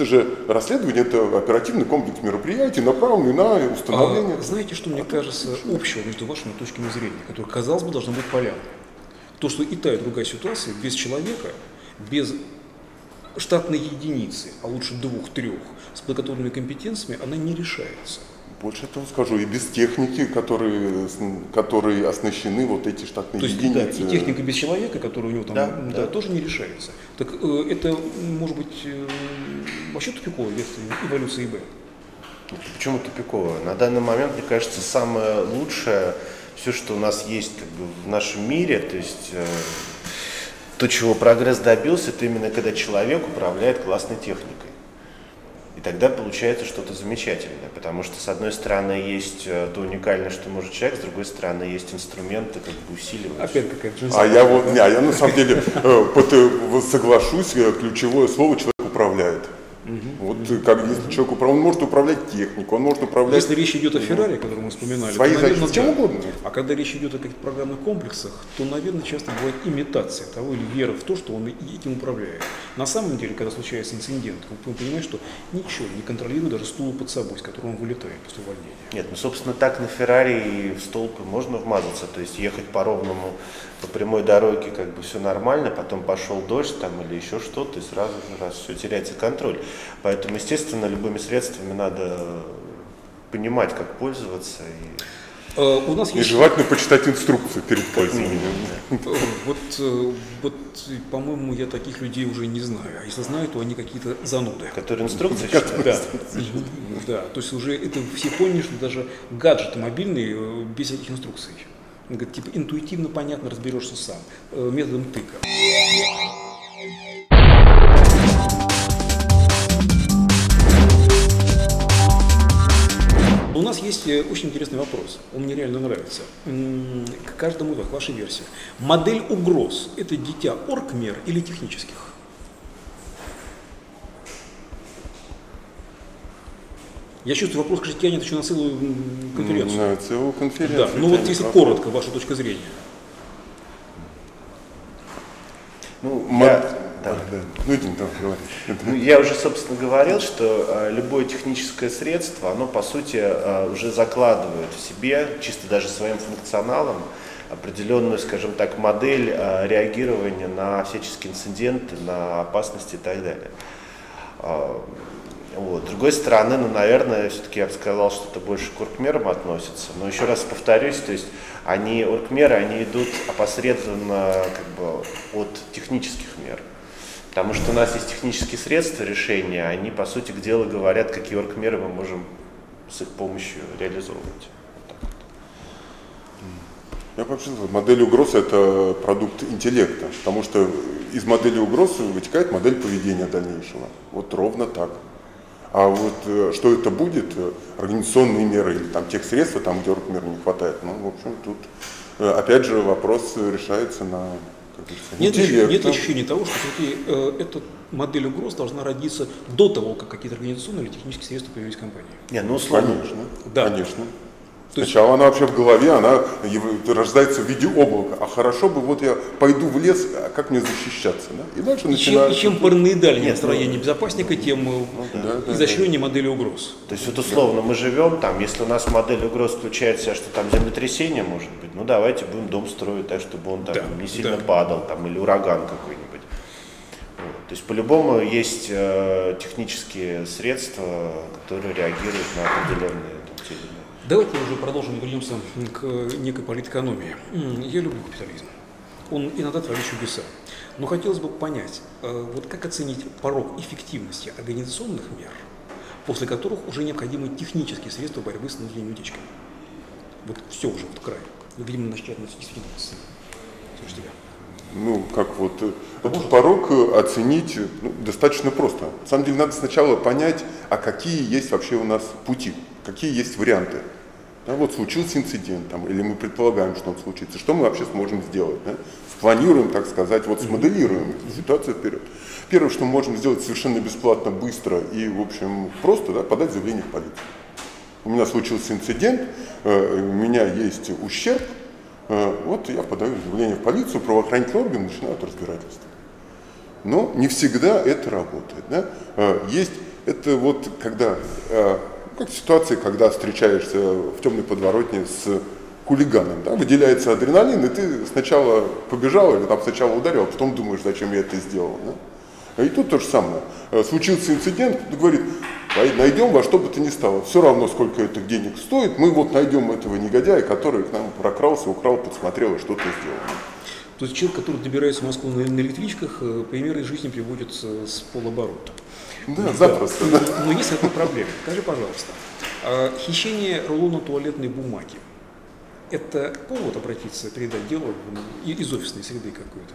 [SPEAKER 2] это оперативный комплекс мероприятий, направленный на установление.
[SPEAKER 1] Знаете, что мне кажется общего между вашими точками зрения, которые, казалось бы, должны быть полярны? То, что и та, и другая ситуация без человека, без штатной единицы, а лучше 2-3, с подготовленными компетенциями, она не решается.
[SPEAKER 2] Больше этого скажу, и без техники, которые оснащены вот эти штатные единицы.
[SPEAKER 1] И техника без человека, которая у него тоже не решается. Так это может быть вообще тупиковая ветвь эволюции ИБ.
[SPEAKER 3] Почему тупиковая? На данный момент, мне кажется, самое лучшее, все, что у нас есть как бы в нашем мире, то есть то, чего прогресс добился, это именно когда человек управляет классной техникой. И тогда получается что-то замечательное, потому что, с одной стороны, есть то уникальное, что может человек, с другой стороны, есть инструменты, как бы усиливающие.
[SPEAKER 1] Опять какая-то
[SPEAKER 2] А я на самом деле соглашусь, ключевое слово человек управляет. Вот как если человек управляет, он может управлять технику, он может управлять...
[SPEAKER 1] Если речь идет о Феррари, о котором мы вспоминали,
[SPEAKER 2] свои
[SPEAKER 1] то, наверное,
[SPEAKER 2] чем угодно.
[SPEAKER 1] А когда речь идет о каких-то программных комплексах, то, наверное, часто бывает имитация того или вера в то, что он этим управляет. На самом деле, когда случается инцидент, он понимает, что ничего не контролирует даже стул под собой, с которого он вылетает после увольнения.
[SPEAKER 3] Нет, ну, собственно, так на Феррари и в столб можно вмазаться, то есть ехать по ровному, по прямой дороге, как бы все нормально, потом пошел дождь там или еще что-то, и сразу же раз все теряется контроль. Поэтому, естественно, любыми средствами надо понимать, как пользоваться.
[SPEAKER 1] У нас
[SPEAKER 2] И
[SPEAKER 1] есть...
[SPEAKER 2] желательно почитать инструкцию перед пользованием.
[SPEAKER 1] Вот, по-моему, я таких людей уже не знаю. А если знаю, то они какие-то зануды.
[SPEAKER 3] Которые инструкции читают?
[SPEAKER 1] Да. Да, то есть уже это все поняли, что даже гаджеты мобильные без этих инструкций. Говорит, типа интуитивно понятно, разберешься сам, методом тыка. У нас есть очень интересный вопрос, он мне реально нравится. К каждому из вас, вашей версии. Модель угроз – это дитя оргмер или технических? Я чувствую, вопрос, кстати, тянет еще на целую конференцию.
[SPEAKER 2] На целую конференцию.
[SPEAKER 1] Да, ну вот если коротко, ваша точка зрения.
[SPEAKER 3] Я уже, собственно, говорил, что любое техническое средство, оно, по сути, уже закладывает в себе, чисто даже своим функционалом, определенную, скажем так, модель реагирования на всяческие инциденты, на опасности и так далее. Вот. С другой стороны, наверное, все-таки я бы сказал, что это больше к оргмерам относится. Но еще раз повторюсь, то есть оргмеры, они идут опосредованно как бы от технических мер. Потому что у нас есть технические средства решения, они, по сути, к делу говорят, какие оргмеры мы можем с их помощью реализовывать.
[SPEAKER 2] Я вообще думаю, модель угроз – это продукт интеллекта, потому что из модели угроз вытекает модель поведения дальнейшего. Вот ровно так. А вот что это будет, организационные меры или там тех средств, там, где оргмера не хватает, ну, в общем, тут опять же вопрос решается на интеллект.
[SPEAKER 1] Нет ощущения того, что все-таки эта модель угроз должна родиться до того, как какие-то организационные или технические средства появились в компании.
[SPEAKER 3] Не, ну, условно.
[SPEAKER 2] Конечно,
[SPEAKER 1] да.
[SPEAKER 2] Конечно. Сначала она вообще в голове, она рождается в виде облака. А хорошо бы, вот я пойду в лес, а как мне защищаться? Да? И дальше начинается...
[SPEAKER 1] Чем параноидальнее настроение безопасника, тем изощреннее модели угроз.
[SPEAKER 3] То есть вот условно мы живем там, если у нас модель угроз включает в себя, что там землетрясение может быть, ну давайте будем дом строить так, чтобы он там не сильно падал, там, или ураган какой-нибудь. Вот. То есть по-любому есть технические средства, которые реагируют на определенные там,
[SPEAKER 1] Давайте уже продолжим, вернемся к некой политэкономии. Я люблю капитализм. Он иногда творит чудеса. Но хотелось бы понять, вот как оценить порог эффективности организационных мер, после которых уже необходимы технические средства борьбы с внутренними утечками. Вот все уже в край. Видимо, начать действительно с тебя.
[SPEAKER 2] Ну, как вот этот порог оценить достаточно просто. На самом деле надо сначала понять, а какие есть вообще у нас пути, какие есть варианты. Да, вот случился инцидент, там, или мы предполагаем, что он случится, что мы вообще сможем сделать? Да? Спланируем, так сказать, вот смоделируем ситуацию вперед. Первое, что мы можем сделать совершенно бесплатно, быстро и, в общем, просто, да, подать заявление в полицию. У меня случился инцидент, у меня есть ущерб, вот я подаю заявление в полицию, правоохранительные органы начинают разбирательство. Но не всегда это работает. Да? Есть это вот когда, как ситуация, когда встречаешься в темной подворотне с хулиганом, да? Выделяется адреналин, и ты сначала побежал или там сначала ударил, а потом думаешь, зачем я это сделал. Да? И тут то же самое. Случился инцидент, говорит, найдем во что бы то ни стало. Все равно, сколько это денег стоит, мы вот найдем этого негодяя, который к нам прокрался, украл, подсмотрел и что-то сделал.
[SPEAKER 1] То есть человек, который добирается в Москву на электричках, примеры из жизни приводит с полоборота.
[SPEAKER 2] Да, запросто. Да.
[SPEAKER 1] Но есть одна проблема. Скажи, пожалуйста, хищение рулона туалетной бумаги – это повод обратиться, передать дело из офисной среды какой-то?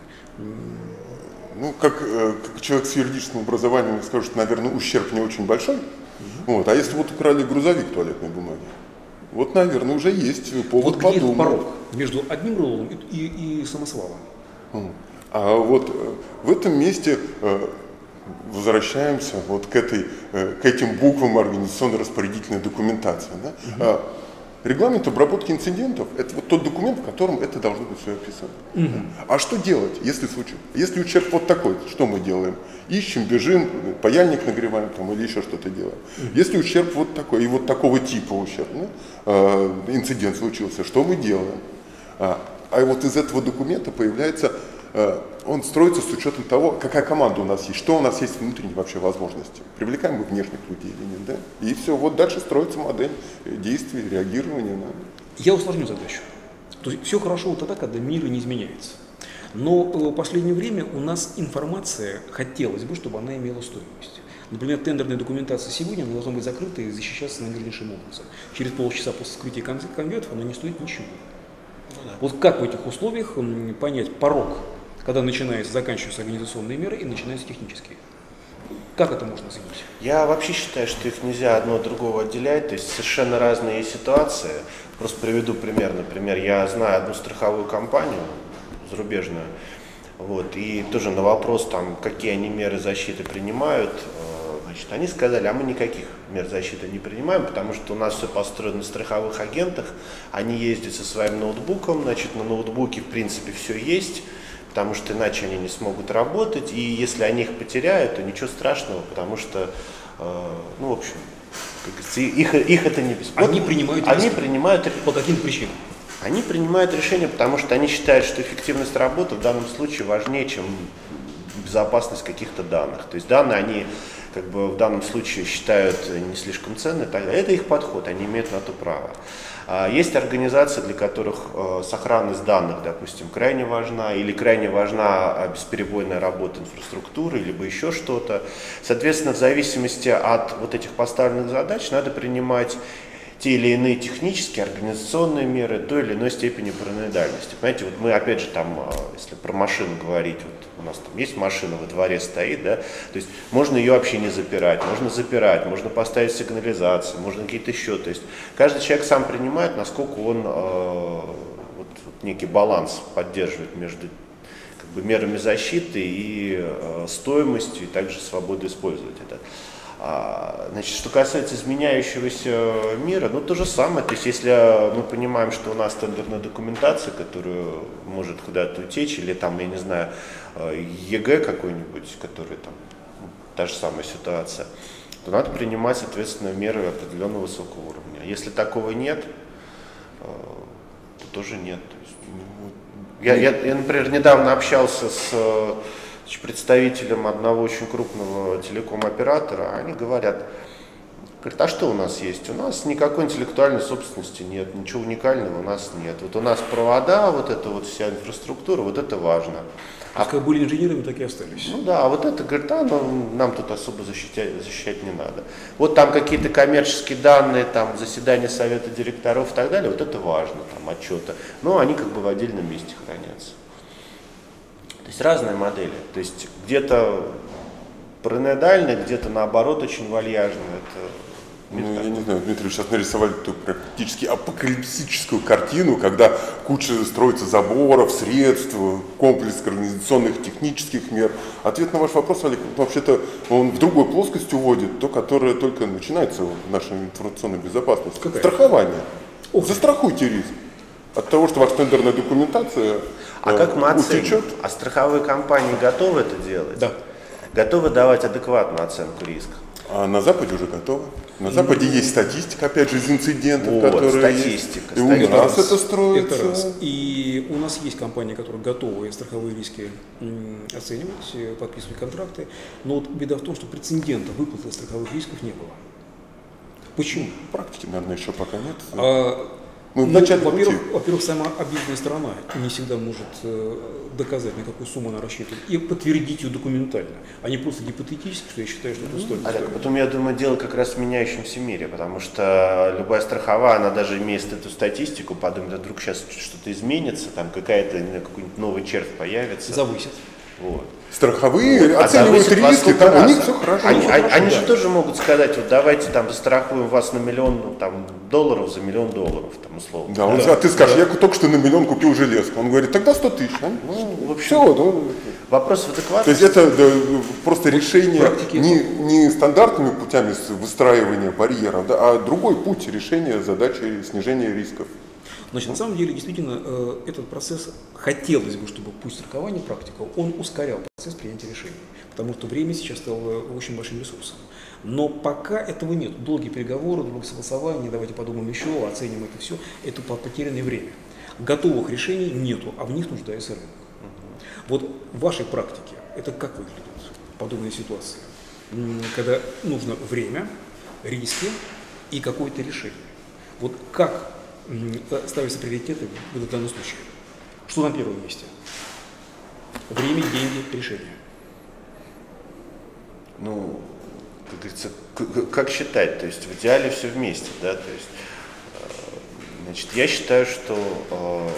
[SPEAKER 2] Ну, как человек с юридическим образованием скажу, что, наверное, ущерб не очень большой. Вот. А если вот украли грузовик туалетной бумаги, вот, наверное, уже есть повод
[SPEAKER 1] вот
[SPEAKER 2] подумать.
[SPEAKER 1] Вот порог между одним рулоном и самосвалом.
[SPEAKER 2] А вот в этом месте возвращаемся вот к этим буквам организационно-распорядительной документации. Да? Регламент обработки инцидентов – это вот тот документ, в котором это должно быть все описано. А что делать, если случай? Если ущерб вот такой, что мы делаем? Ищем, бежим, паяльник нагреваем там, или еще что-то делаем. Если ущерб вот такой, и вот такого типа ущерб, инцидент случился, что мы делаем? А вот из этого документа появляется, он строится с учетом того, какая команда у нас есть, что у нас есть внутренние вообще возможности. Привлекаем мы внешних людей или нет, да? И все, вот дальше строится модель действий, реагирования. Да?
[SPEAKER 1] Я усложню задачу. То есть все хорошо вот тогда, когда мир не изменяется. Но в последнее время у нас информация, хотелось бы, чтобы она имела стоимость. Например, тендерная документация сегодня она должна быть закрыта и защищаться наилучшим образом. Через полчаса после вскрытия конвертов она не стоит ничего. Вот как в этих условиях понять порог, когда начинается, заканчиваются организационные меры и начинаются технические? Как это можно оценить?
[SPEAKER 3] Я вообще считаю, что их нельзя одно от другого отделять, то есть совершенно разные ситуации. Просто приведу пример. Например, я знаю одну страховую компанию зарубежную, вот, и тоже на вопрос, там, какие они меры защиты принимают, значит, они сказали, а мы никаких мер защиты не принимаем, потому что у нас все построено на страховых агентах, они ездят со своим ноутбуком, значит, на ноутбуке в принципе все есть, потому что иначе они не смогут работать, и если они их потеряют, то ничего страшного, потому что, ну, в общем, как говорится, их это не беспокоит.
[SPEAKER 1] Они принимают по каким причинам?
[SPEAKER 3] Они принимают решение, потому что они считают, что эффективность работы в данном случае важнее, чем безопасность каких-то данных. То есть данные они как бы в данном случае считают не слишком ценны, это их подход, они имеют на то право. Есть организации, для которых сохранность данных, допустим, крайне важна, или крайне важна бесперебойная работа инфраструктуры, либо еще что-то. Соответственно, в зависимости от вот этих поставленных задач надо принимать те или иные технические, организационные меры той или иной степени параноидальности. Понимаете, вот мы опять же там, если про машину говорить, вот у нас там есть машина во дворе стоит, да, то есть можно ее вообще не запирать, можно поставить сигнализацию, можно какие-то еще, то есть каждый человек сам принимает, насколько он вот некий баланс поддерживает между как бы мерами защиты и стоимостью, и также свободой использовать это. Значит, что касается изменяющегося мира, ну то же самое, то есть если мы понимаем, что у нас тендерная документация, которая может куда-то утечь, или там, я не знаю, ЕГЭ какой-нибудь, который там, та же самая ситуация, то надо принимать, соответственно, меры определенного высокого уровня. Если такого нет, то тоже нет. То есть, я, например, недавно общался с представителям одного очень крупного телеком-оператора, они говорят, а что у нас есть? У нас никакой интеллектуальной собственности нет, ничего уникального у нас нет. Вот у нас провода, вот эта вот вся инфраструктура, вот это важно.
[SPEAKER 1] Как были инженерами, так и остались.
[SPEAKER 3] Ну да, а вот это, говорит, нам тут особо защищать не надо. Вот там какие-то коммерческие данные, там заседания совета директоров и так далее, вот это важно, там отчеты. Но они как бы в отдельном месте хранятся. То есть разные модели. То есть где-то параноидальные, где-то наоборот очень вальяжные.
[SPEAKER 2] Ну, я не знаю, Дмитрий, сейчас нарисовали такую практически апокалипсическую картину, когда куча строится заборов, средств, комплекс организационных, технических мер. Ответ на ваш вопрос, Олег, вообще-то он в другой плоскость уводит, то, которое только начинается в нашей информационной безопасности.
[SPEAKER 1] Какая?
[SPEAKER 2] Страхование. Застрахуйте риск от того, что ваша тендерная документация
[SPEAKER 3] как мы
[SPEAKER 2] утечет.
[SPEAKER 3] оценим? А страховые компании готовы это делать?
[SPEAKER 1] Да.
[SPEAKER 3] Готовы давать адекватную оценку риска?
[SPEAKER 2] А на Западе уже готовы. На Западе есть статистика, опять же, из инцидентов,
[SPEAKER 3] вот,
[SPEAKER 2] которые
[SPEAKER 3] статистика.
[SPEAKER 2] есть. И у нас это строится.
[SPEAKER 1] Это раз. И у нас есть компании, которые готовы страховые риски оценивать, подписывать контракты. Но вот беда в том, что прецедента выплаты страховых рисков не было. Почему?
[SPEAKER 2] Практики, наверное, еще пока нет. Ну, в начале пути.
[SPEAKER 1] Во-первых, сама обидная сторона не всегда может доказать, на какую сумму она рассчитывает, и подтвердить ее документально, а не просто гипотетически, что я считаю, что это стоит.
[SPEAKER 3] Олег, потом, я думаю, дело как раз в меняющемся мире, потому что любая страховая, она даже имеет эту статистику, подумает, а вдруг сейчас что-то изменится, там какой-нибудь новый червь появится.
[SPEAKER 1] Завысит.
[SPEAKER 3] Вот.
[SPEAKER 2] Страховые оценивают риски, там у них все хорошо.
[SPEAKER 3] Они же тоже могут сказать, вот давайте там застрахуем вас на $1 миллион долларов за $1 миллион, там условно.
[SPEAKER 2] Да, а ты скажешь, я только что на $1 миллион купил железку. Он говорит, тогда 100 тысяч.
[SPEAKER 3] В общем,
[SPEAKER 2] все,
[SPEAKER 3] вопрос в адекватности.
[SPEAKER 2] То есть это просто решение не стандартными путями выстраивания барьеров, да, а другой путь решения задачи снижения рисков.
[SPEAKER 1] Значит, на самом деле, действительно, этот процесс, хотелось бы, чтобы пусть страхование практика, он ускорял процесс принятия решений, потому что время сейчас стало очень большим ресурсом. Но пока этого нет. Долгие переговоры, долгие согласования, давайте подумаем еще, оценим это все, это потерянное время. Готовых решений нету, а в них нуждается рынок. Вот в вашей практике это как выглядит подобная ситуация, когда нужно время, риски и какое-то решение? Вот как ставятся приоритеты в данном случае? Что на первом месте? Время, деньги, решение.
[SPEAKER 3] Ну, как говорится, как считать? То есть в идеале все вместе, да? То есть, значит, я считаю, что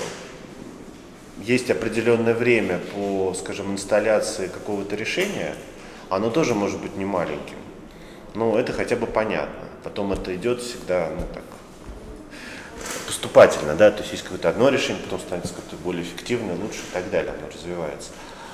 [SPEAKER 3] есть определенное время по, скажем, инсталляции какого-то решения, оно тоже может быть не маленьким. Но это хотя бы понятно. Потом это идет всегда, ну так, поступательно, да, то есть какое-то одно решение, потом становится как-то более эффективное, лучше и так далее, оно развивается.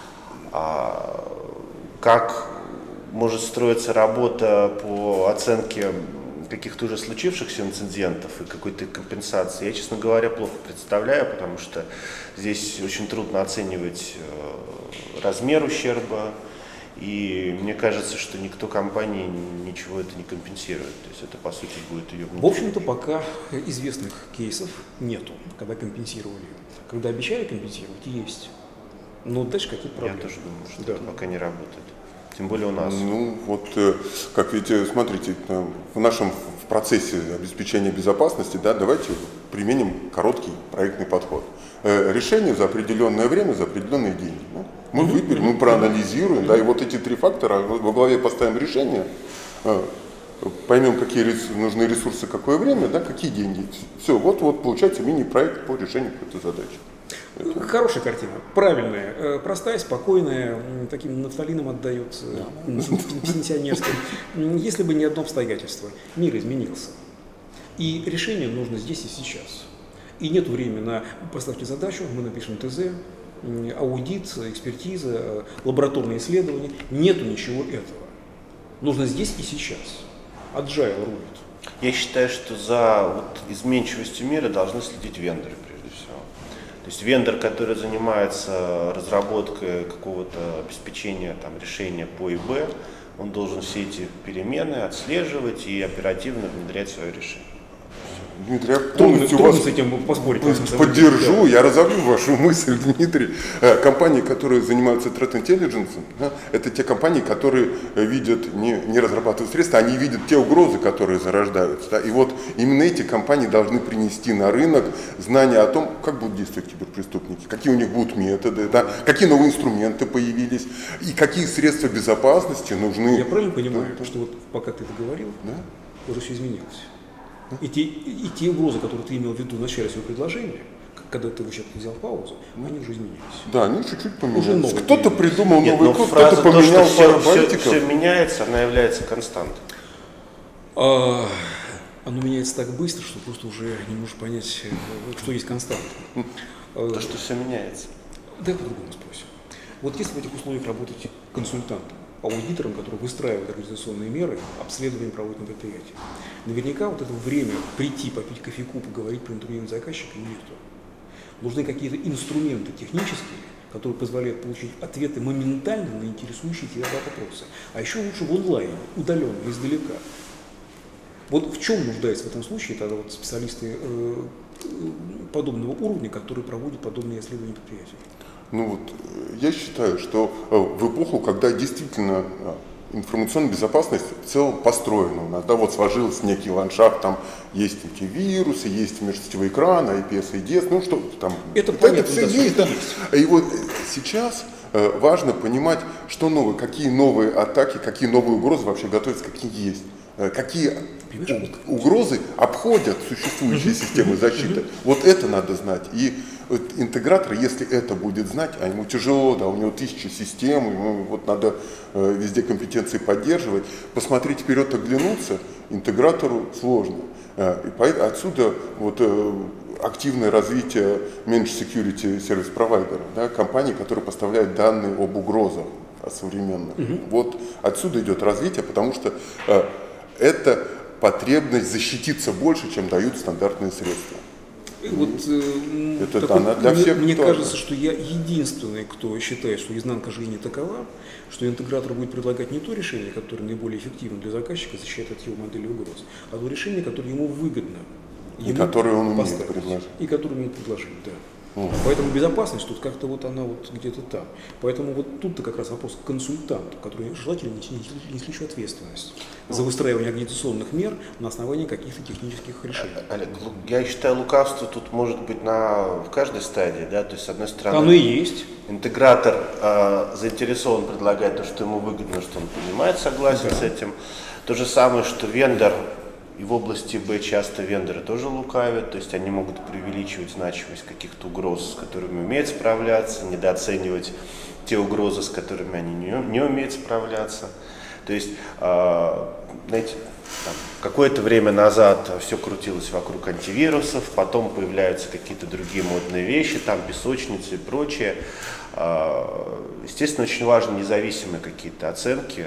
[SPEAKER 3] А как может строиться работа по оценке каких-то уже случившихся инцидентов и какой-то компенсации, я, честно говоря, плохо представляю, потому что здесь очень трудно оценивать размер ущерба, и мне кажется, что никто компании ничего это не компенсирует. То есть это, по сути, будет ее внутренний.
[SPEAKER 1] В общем-то, пока известных кейсов нету, когда компенсировали. Когда обещали компенсировать, есть. Но дальше какие-то проблемы.
[SPEAKER 3] Я тоже думаю, что это пока не работает. Тем более у нас.
[SPEAKER 2] Ну, вот, как видите, смотрите, в нашем процессе обеспечения безопасности, да, давайте применим короткий проектный подход. Решение за определенное время, за определенные деньги. Да? Мы выберем, мы проанализируем, да, и вот эти три фактора во главе поставим решение, поймем, какие нужны ресурсы, какое время, да, какие деньги. Все, вот получается мини-проект по решению какой-то задачи.
[SPEAKER 1] Хорошая картина, правильная, простая, спокойная, таким нафталином отдает пенсионерским. Если бы не одно обстоятельство, мир изменился. И решение нужно здесь и сейчас. И нет времени на поставьте задачу, мы напишем ТЗ, аудит, экспертиза, лабораторные исследования. Нету ничего этого. Нужно здесь и сейчас. Agile рулит.
[SPEAKER 3] Я считаю, что за изменчивостью мира должны следить вендоры, прежде всего. То есть вендор, который занимается разработкой какого-то обеспечения решения по ИБ, он должен все эти перемены отслеживать и оперативно внедрять свое решение.
[SPEAKER 2] Дмитрий, я полностью вас
[SPEAKER 1] с этим поспорить,
[SPEAKER 2] поддержу, я разовью вашу мысль, Дмитрий. Компании, которые занимаются threat intelligence, да, это те компании, которые видят, не разрабатывают средства, они видят те угрозы, которые зарождаются. Да, и вот именно эти компании должны принести на рынок знания о том, как будут действовать киберпреступники, какие у них будут методы, да, какие новые инструменты появились и какие средства безопасности нужны.
[SPEAKER 1] Я правильно понимаю, что вот пока ты это говорил, уже все изменилось? И те угрозы, которые ты имел в виду в начале своего предложения, когда ты взял паузу, они уже изменились.
[SPEAKER 2] Да, они чуть-чуть поменялись. Кто-то придумал новый код,
[SPEAKER 3] кто-то
[SPEAKER 2] поменял пару
[SPEAKER 3] бантиков. Все меняется, она является константой.
[SPEAKER 1] Оно меняется так быстро, что просто уже не можешь понять, что есть константа.
[SPEAKER 3] То, что все меняется.
[SPEAKER 1] Давай по-другому спросим. Вот если в этих условиях работать консультантом, аудитором, который выстраивает организационные меры, обследование проводит на предприятии, наверняка вот это время прийти, попить кофейку, поговорить, проинформировать заказчика нету. Нужны какие-то инструменты технические, которые позволяют получить ответы моментально на интересующие тебя вопросы. А еще лучше в онлайне, удаленно, издалека. Вот в чем нуждаются в этом случае тогда вот специалисты подобного уровня, которые проводят подобные исследования предприятий?
[SPEAKER 2] Ну вот, я считаю, что в эпоху, когда действительно информационная безопасность в целом построена у нас. Да, вот сложился некий ландшафт, там есть антивирусы, есть межсетевой экран, IPS, IDS, ну что там.
[SPEAKER 1] Это понятно,
[SPEAKER 2] все
[SPEAKER 1] да,
[SPEAKER 2] есть, да.
[SPEAKER 1] есть.
[SPEAKER 2] И вот сейчас важно понимать, что новое, какие новые атаки, какие новые угрозы вообще готовятся, какие есть. Какие угрозы обходят существующие системы защиты. Вот это надо знать. И вот интегратор, если это будет знать, а ему тяжело, да, у него 1000 систем, ему вот надо везде компетенции поддерживать, посмотреть вперед, оглянуться, интегратору сложно. И отсюда вот активное развитие Managed Security Service Provider, да, компаний, которые поставляют данные об угрозах современных. Вот отсюда идет развитие, потому что это потребность защититься больше, чем дают стандартные средства.
[SPEAKER 1] Вот,
[SPEAKER 2] это такой, для всех
[SPEAKER 1] мне кажется, что я единственный, кто считает, что изнанка жизни такова, что интегратор будет предлагать не то решение, которое наиболее эффективно для заказчика защищает от его модели угроз, а то решение, которое ему выгодно.
[SPEAKER 2] И которое он умеет предложить.
[SPEAKER 1] И которое умеет предложить, да. Поэтому безопасность тут как-то вот она вот где-то там. Поэтому вот тут-то как раз вопрос к консультанту, который желательно несли еще ответственность за выстраивание организационных мер на основании каких-то технических решений.
[SPEAKER 3] Олег, я считаю, лукавство тут может быть в каждой стадии, да, то есть с одной стороны
[SPEAKER 1] оно и есть.
[SPEAKER 3] Интегратор заинтересован предлагать то, что ему выгодно, что он понимает, согласен с этим. То же самое, что вендор. И в области Б часто вендоры тоже лукавят, то есть они могут преувеличивать значимость каких-то угроз, с которыми умеют справляться, недооценивать те угрозы, с которыми они не умеют справляться. То есть, знаете, какое-то время назад все крутилось вокруг антивирусов, потом появляются какие-то другие модные вещи, там песочницы и прочее. Естественно, очень важны независимые какие-то оценки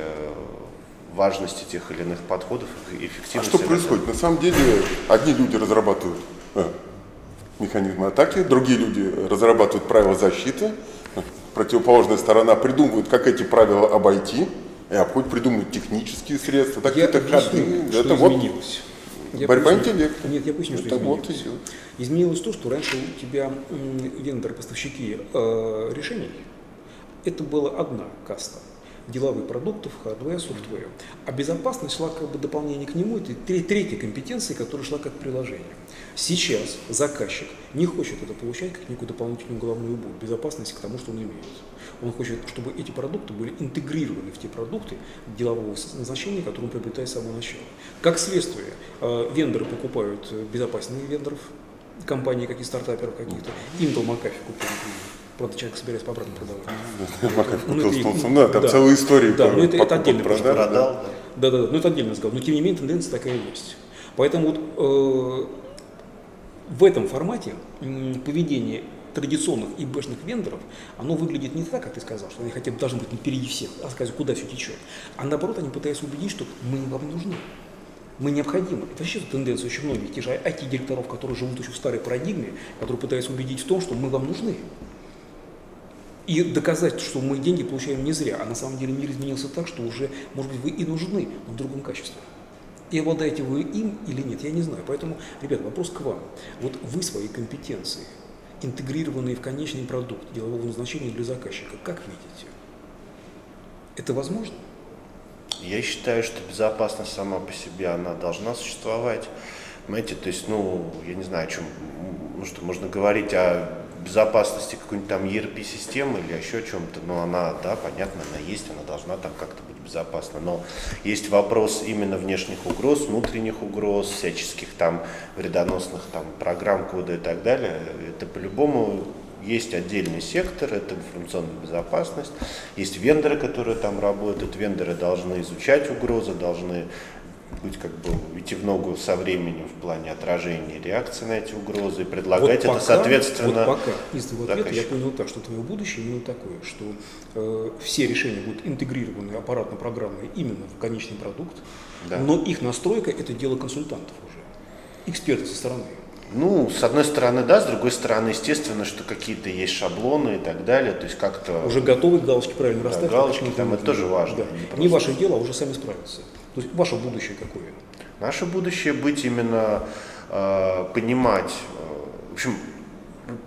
[SPEAKER 3] важности тех или иных подходов и эффективности.
[SPEAKER 2] А что происходит? На самом деле, одни люди разрабатывают механизмы атаки, другие люди разрабатывают правила защиты, противоположная сторона придумывает, как эти правила обойти, и обходит, придумывает технические средства.
[SPEAKER 1] Я объясню, что
[SPEAKER 2] это
[SPEAKER 1] изменилось.
[SPEAKER 2] Борьба интеллекта.
[SPEAKER 1] Нет, я поясню, что изменилось. Изменилось то, что раньше у тебя вендоры-поставщики решений, это была одна каста. Деловых продуктов, хардвер, софтвер. А безопасность шла как бы дополнение к нему, это третья компетенция, которая шла как приложение. Сейчас заказчик не хочет это получать как некую дополнительную головную боль, безопасность к тому, что он имеет. Он хочет, чтобы эти продукты были интегрированы в те продукты делового назначения, которые он приобретает с самого начала. Как следствие, вендоры покупают безопасных вендоров, компании, какие стартаперов каких-то, Intel McAfee купили, например. Правда, человек собирается по обратно продавать.
[SPEAKER 2] Да, там целая история.
[SPEAKER 1] Да, но это отдельно
[SPEAKER 3] продал.
[SPEAKER 1] Да, но это отдельно сказал. Но тем не менее тенденция такая есть. Поэтому вот в этом формате поведение традиционных и бэшных вендоров, оно выглядит не так, как ты сказал, что они хотя бы должны быть впереди всех, а сказать, куда все течет. А наоборот, они пытаются убедить, что мы вам нужны. Мы необходимы. Это вообще тенденция очень многих, те же IT-директоров, которые живут еще в старой парадигме, которые пытаются убедить в том, что мы вам нужны. И доказать, что мы деньги получаем не зря, а на самом деле мир изменился так, что уже, может быть, вы и нужны, но в другом качестве. И обладаете вы им или нет, я не знаю. Поэтому, ребята, вопрос к вам. Вот вы свои компетенции, интегрированные в конечный продукт делового назначения для заказчика, как видите? Это возможно?
[SPEAKER 3] Я считаю, что безопасность сама по себе, она должна существовать. Понимаете, то есть, я не знаю, о чем, что можно говорить о безопасности какой-нибудь там ERP-системы или еще о чем-то, но она, да, понятно, она есть, она должна там как-то быть безопасна, но есть вопрос именно внешних угроз, внутренних угроз, всяческих там вредоносных там программ, кода и так далее, это по-любому есть отдельный сектор, это информационная безопасность, есть вендоры, которые там работают, вендоры должны изучать угрозы, должны быть идти в ногу со временем в плане отражения реакции на эти угрозы, предлагать
[SPEAKER 1] вот
[SPEAKER 3] это соответственно.
[SPEAKER 1] Вот пока из твоего ответа я понял так, что твое будущее именно такое, что все решения будут интегрированы аппаратно-программные именно в конечный продукт, да. Но их настройка это дело консультантов уже, экспертов со стороны.
[SPEAKER 3] С одной стороны, да, с другой стороны, естественно, что какие-то есть шаблоны и так далее, то есть как-то.
[SPEAKER 1] Уже готовые галочки правильно расставить.
[SPEAKER 3] Галочки там это тоже важно.
[SPEAKER 1] Да. Не ваше дело, а уже сами справиться. То есть ваше будущее какое?
[SPEAKER 3] Наше будущее быть именно понимать, в общем,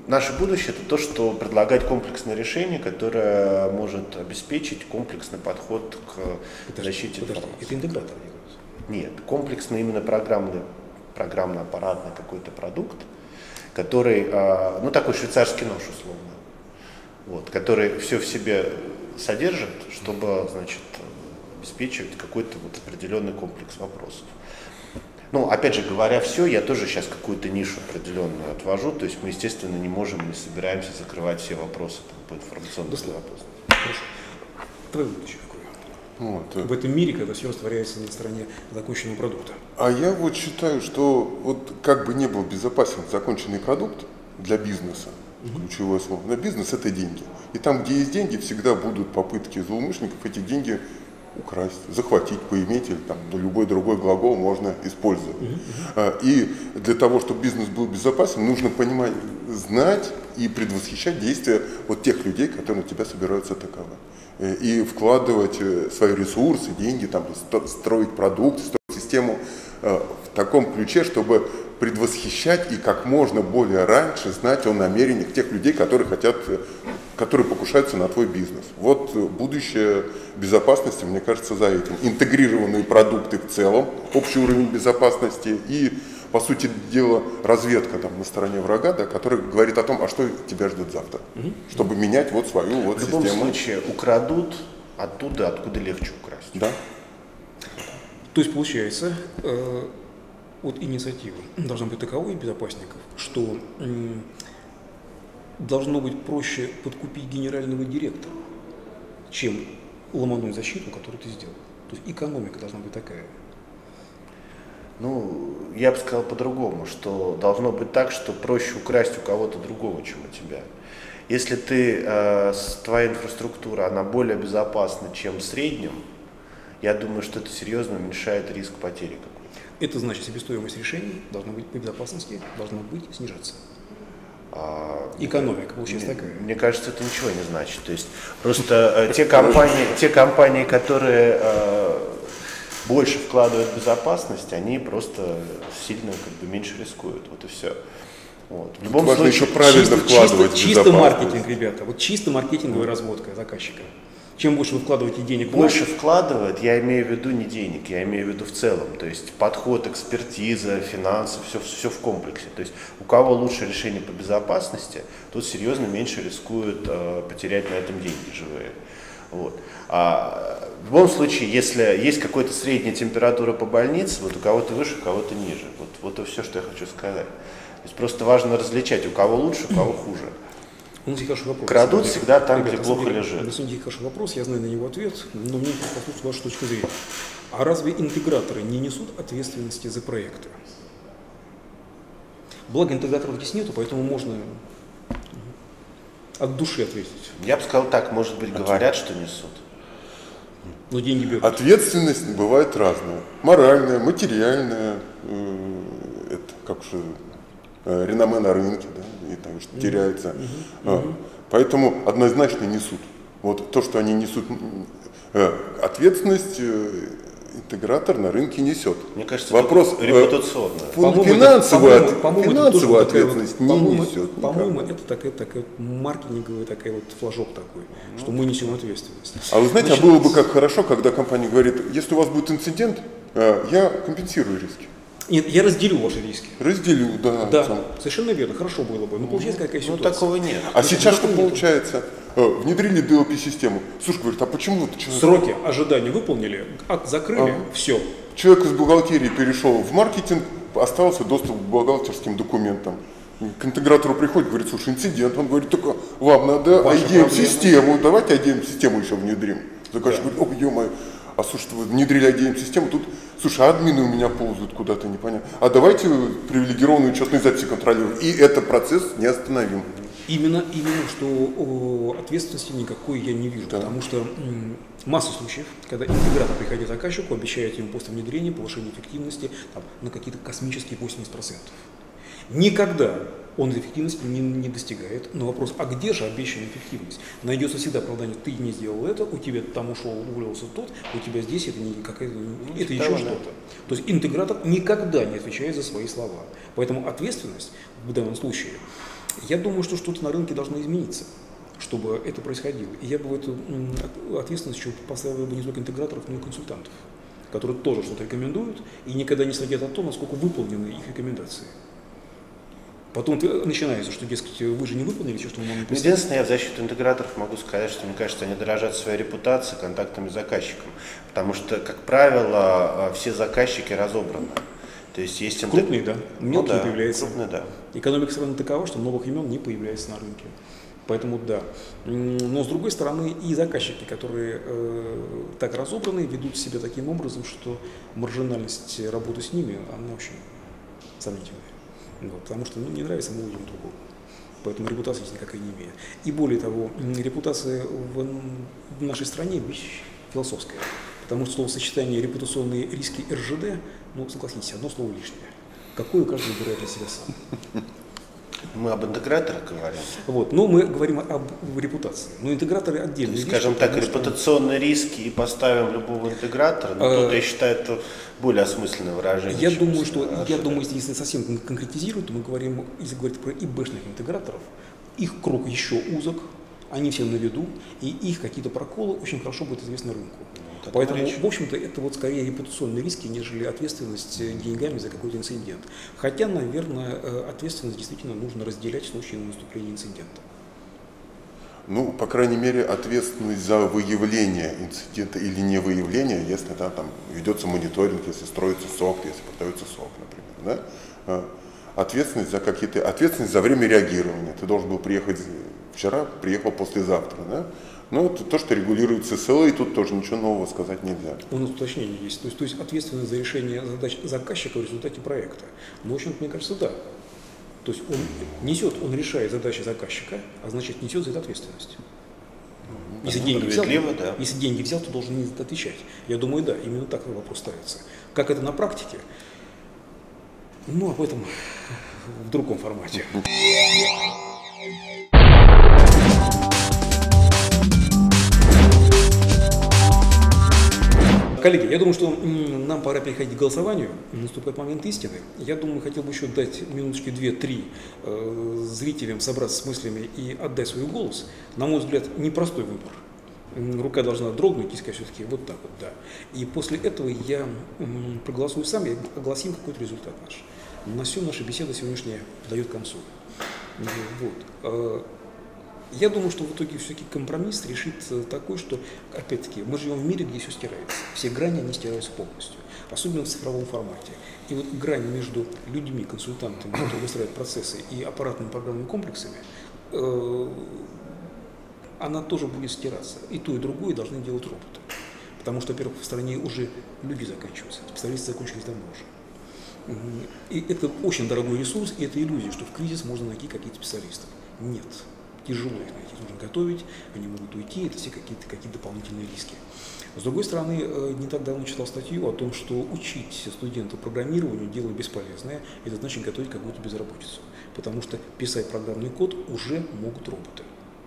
[SPEAKER 3] наше будущее – это то, что предлагать комплексное решение, которое может обеспечить комплексный подход к защите информации.
[SPEAKER 1] Это интегратор делает?
[SPEAKER 3] Нет, комплексный именно программно-аппаратный какой-то продукт, который, ну такой швейцарский нож условно, вот, который все в себе содержит, чтобы, значит, обеспечивать какой-то вот определенный комплекс вопросов. Ну, опять же, говоря все, я тоже сейчас какую-то нишу определенную отвожу, то есть мы, естественно, не собираемся закрывать все вопросы по информационной безопасности.
[SPEAKER 1] Хорошо. Твое будущее какое?
[SPEAKER 2] Вот.
[SPEAKER 1] В этом мире, когда все растворяется на стороне законченного продукта.
[SPEAKER 2] А я вот считаю, что вот как бы не был безопасен законченный продукт для бизнеса, ключевое слово, но бизнес – это деньги. И там, где есть деньги, всегда будут попытки злоумышленников эти деньги украсть, захватить, поиметь, или там любой другой глагол можно использовать. И для того, чтобы бизнес был безопасен, нужно понимать, знать и предвосхищать действия вот тех людей, которые на тебя собираются атаковать. И вкладывать свои ресурсы, деньги, там, строить продукт, строить систему в таком ключе, чтобы предвосхищать и как можно более раньше знать о намерениях тех людей, которые покушаются на твой бизнес. Вот будущее безопасности, мне кажется, за этим. Интегрированные продукты в целом, общий уровень безопасности и, по сути дела, разведка там на стороне врага, да, которая говорит о том, а что тебя ждет завтра, чтобы менять вот свою вот систему.
[SPEAKER 3] В любом случае украдут оттуда, откуда легче украсть.
[SPEAKER 2] Да.
[SPEAKER 1] То есть получается, от инициативы должна быть таковой безопасников, что должно быть проще подкупить генерального директора, чем ломаную защиту, которую ты сделал. То есть экономика должна быть такая.
[SPEAKER 3] Ну, я бы сказал по-другому, что должно быть так, что проще украсть у кого-то другого, чем у тебя. Если твоя инфраструктура, она более безопасна, чем в среднем, я думаю, что это серьезно уменьшает риск потери какой-то.
[SPEAKER 1] Это значит, себестоимость решений должна быть по безопасности, должна быть снижаться. Экономика получается такая.
[SPEAKER 3] Мне кажется, это ничего не значит. То есть просто те компании, которые больше вкладывают в безопасность, они просто сильно меньше рискуют. Вот и все. Вот. В любом случае,
[SPEAKER 2] еще правильно вкладывать в
[SPEAKER 1] чисто
[SPEAKER 2] безопасность.
[SPEAKER 1] маркетинг, ребята. Вот чисто маркетинговая разводка заказчика. Чем больше вы вкладываете денег,
[SPEAKER 3] больше вкладывает, я имею в виду не денег, я имею в виду в целом. То есть подход, экспертиза, финансы, все в комплексе. То есть у кого лучше решение по безопасности, тот серьезно меньше рискует потерять на этом деньги живые. Вот. А в любом случае, если есть какая-то средняя температура по больнице, вот у кого-то выше, у кого-то ниже. Вот и все, что я хочу сказать. То есть просто важно различать, у кого лучше, у кого хуже.
[SPEAKER 1] У нас есть хороший вопрос.
[SPEAKER 3] Крадут всегда там, где плохо лежит.
[SPEAKER 1] На самом деле хороший вопрос, я знаю на него ответ, но мне интересно послушать вашу точку зрения. А разве интеграторы не несут ответственности за проекты? Благо интеграторов здесь нету, поэтому можно от души ответить.
[SPEAKER 3] Я бы сказал так, может быть, говорят, что несут.
[SPEAKER 1] Но деньги берут.
[SPEAKER 2] Ответственность бывает разная. Моральная, материальная, это как же реноме на рынке, да, и там что теряется. Поэтому однозначно несут. Вот то, что они несут ответственность, интегратор на рынке несет.
[SPEAKER 3] Мне кажется,
[SPEAKER 2] вопрос
[SPEAKER 3] репутационный.
[SPEAKER 2] Финансовую ответственность не несет.
[SPEAKER 1] По-моему, это такая маркетинговая вот флажок такой, что мы несем ответственность.
[SPEAKER 2] А вы знаете, было бы как хорошо, когда компания говорит, если у вас будет инцидент, я компенсирую риски.
[SPEAKER 1] Нет, я разделю ваши риски.
[SPEAKER 2] Разделю, да.
[SPEAKER 1] Да, совершенно верно, хорошо было бы. Но получается какая ситуация.
[SPEAKER 3] Ну, такого нет.
[SPEAKER 2] А сейчас что получается? Внедрили DLP-систему. Слушай, говорит, а почему вот человек...
[SPEAKER 1] Сроки ожидания выполнили, акт закрыли, все.
[SPEAKER 2] Человек из бухгалтерии перешел в маркетинг, остался доступ к бухгалтерским документам. К интегратору приходит, говорит, слушай, инцидент. Он говорит, только вам надо IDM-систему, давайте IDM-систему еще внедрим. Заказчик говорит, ой, ё-моё. А слушай, вы внедрили IDM-систему, тут, слушай, админы у меня ползают куда-то, непонятно. А давайте привилегированную учетные записи контролируем. И этот процесс не остановим.
[SPEAKER 1] Именно что ответственности никакой я не вижу, потому что масса случаев, когда интегратор приходит к заказчику, обещает ему после внедрения повышение эффективности там, на какие-то космические 80%. Никогда он эффективности не достигает. Но вопрос, а где же обещанная эффективность? Найдется всегда оправдание, ты не сделал это, у тебя там ушел, уволился тот, у тебя здесь это не какая-то, это еще что-то. То есть интегратор никогда не отвечает за свои слова. Поэтому ответственность в данном случае Я думаю, что что-то на рынке должно измениться, чтобы это происходило. И я бы в эту ответственность еще поставил бы не только интеграторов, но и консультантов, которые тоже что-то рекомендуют и никогда не следят о том, насколько выполнены их рекомендации. Потом начинается, что, дескать, вы же не выполнили все, что мы вам написали.
[SPEAKER 3] Единственное, я в защиту интеграторов могу сказать, что, мне кажется, они дорожат своей репутацией, контактами с заказчиком. Потому что, как правило, все заказчики разобраны. То есть есть
[SPEAKER 1] крупные, да, мелкие
[SPEAKER 3] да,
[SPEAKER 1] появляются.
[SPEAKER 3] Крупные, да.
[SPEAKER 1] Экономика страны такова, что новых имен не появляется на рынке. Поэтому да. Но с другой стороны, и заказчики, которые так разобраны, ведут себя таким образом, что маржинальность работы с ними, она очень сомнительная. Вот, потому что не нравится, мы уйдем другому. Поэтому репутация здесь никакой не имеет. И более того, репутация в нашей стране вещь философская. Потому что словосочетание репутационные риски РЖД, ну, согласитесь, одно слово лишнее. Какое каждый выбирает для себя сам.
[SPEAKER 3] Мы об интеграторах говорим.
[SPEAKER 1] Вот. Но мы говорим об репутации. Но интеграторы отдельно.
[SPEAKER 3] Скажем так, репутационные риски и поставим любого интегратора, но тут, я считаю, это более осмысленное выражение.
[SPEAKER 1] Я думаю, если совсем конкретизировать, то мы говорим, если говорить про ИБшных интеграторов, их круг еще узок, они все на виду, и их какие-то проколы очень хорошо будут известны рынку. Поэтому, в общем-то, это вот скорее репутационные риски, нежели ответственность деньгами за какой-то инцидент. Хотя, наверное, ответственность действительно нужно разделять в случае наступления инцидента.
[SPEAKER 2] Ну, по крайней мере, ответственность за выявление инцидента или не выявление, если да, там ведется мониторинг, если строится СОК, если продается СОК, например. Да? Ответственность за время реагирования. Ты должен был приехать вчера, приехал послезавтра. Да? Но это то, что регулируется СЛ, и тут тоже ничего нового сказать нельзя.
[SPEAKER 1] У нас уточнение есть. То есть ответственность за решение задач заказчика в результате проекта. Ну, в общем-то, мне кажется, да. То есть он решает задачи заказчика, а значит несет за это ответственность. Если деньги взял, то должен отвечать. Я думаю, да, именно так вопрос ставится. Как это на практике? Ну, об этом в другом формате. Коллеги, я думаю, что нам пора переходить к голосованию. Наступает момент истины. Я думаю, хотел бы еще дать минуточки 2-3 зрителям собраться с мыслями и отдать свой голос. На мой взгляд, непростой выбор. Рука должна дрогнуть и сказать все-таки вот так вот, да. И после этого я проголосую сам и огласим какой-то результат наш. На все наша беседа сегодняшняя подойдет к концу. Вот. Я думаю, что в итоге все-таки компромисс решит такой, что, опять-таки, мы живем в мире, где все стирается. Все грани, они стираются полностью. Особенно в цифровом формате. И вот грань между людьми, консультантами, которые выстраивают процессы, и аппаратными программными комплексами, она тоже будет стираться. И то, и другое должны делать роботы. Потому что, во-первых, в стране уже люди заканчиваются, специалисты закончились давно уже. И это очень дорогой ресурс, и это иллюзия, что в кризис можно найти какие-то специалисты. Нет. Тяжело их найти, нужно готовить, они могут уйти, это все какие-то дополнительные риски. С другой стороны, не так давно читал статью о том, что учить студента программированию дело бесполезное, это значит готовить какую-то безработицу, потому что писать программный код уже могут роботы.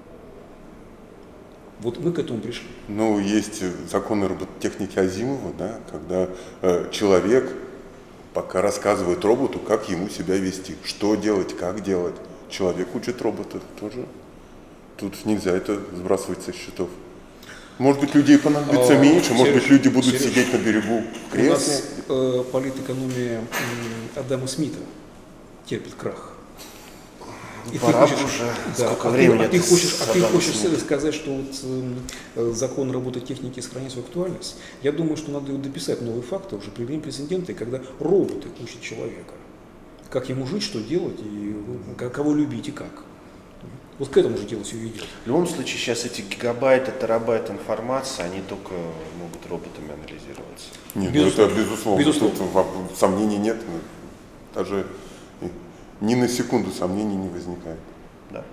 [SPEAKER 1] Вот мы к этому пришли.
[SPEAKER 2] Ну, есть законы робототехники Азимова, да, когда человек пока рассказывает роботу, как ему себя вести, что делать, как делать. Человек учит робота тоже. Тут нельзя это сбрасывать со счетов. Может быть, людей понадобится меньше, может быть, люди будут сидеть на берегу в кресле.
[SPEAKER 1] У нас политэкономия Адама Смита терпит крах. И
[SPEAKER 3] пора ты хочешь, уже, да, сколько времени
[SPEAKER 1] ты хочешь сказать, что вот, закон робототехники сохраняет свою актуальность? Я думаю, что надо дописать новые факты, уже приведем прецеденты, когда роботы учат человека. Как ему жить, что делать, и кого любить и как. Вот к этому же делу все идет.
[SPEAKER 3] В любом случае, сейчас эти гигабайты, терабайты информации, они только могут роботами анализироваться.
[SPEAKER 2] Нет, безусловно. Это безусловно. Тут сомнений нет. Даже ни на секунду сомнений не возникает.
[SPEAKER 3] Да.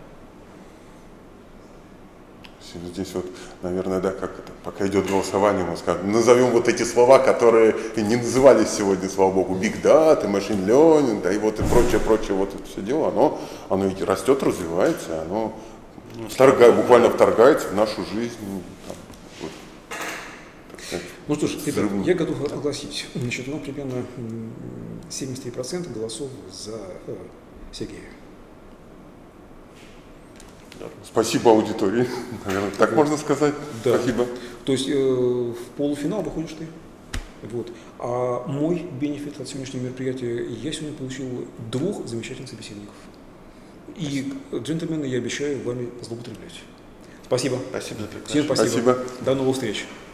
[SPEAKER 2] Здесь вот, наверное, да, как это, пока идет голосование, мы скажем, назовем вот эти слова, которые не назывались сегодня, слава богу, Big Data, Machine Learning, да, и вот и прочее, вот это все дело, оно и растет, развивается, оно буквально вторгается в нашу жизнь. Там, вот, так сказать,
[SPEAKER 1] ну что ж, ребята, я готов огласить. Значит, у нас примерно 73% голосов за Сергея.
[SPEAKER 3] здорово.
[SPEAKER 2] Спасибо аудитории, наверное, так можно сказать.
[SPEAKER 1] Да.
[SPEAKER 2] Спасибо.
[SPEAKER 1] То есть в полуфинал выходишь ты. Вот. А мой бенефит от сегодняшнего мероприятия, я сегодня получил 2 замечательных собеседников. И, джентльмены, я обещаю вами злоупотреблять. Спасибо.
[SPEAKER 3] Спасибо за приглашение.
[SPEAKER 1] Всем спасибо.
[SPEAKER 2] Спасибо.
[SPEAKER 1] До новых встреч.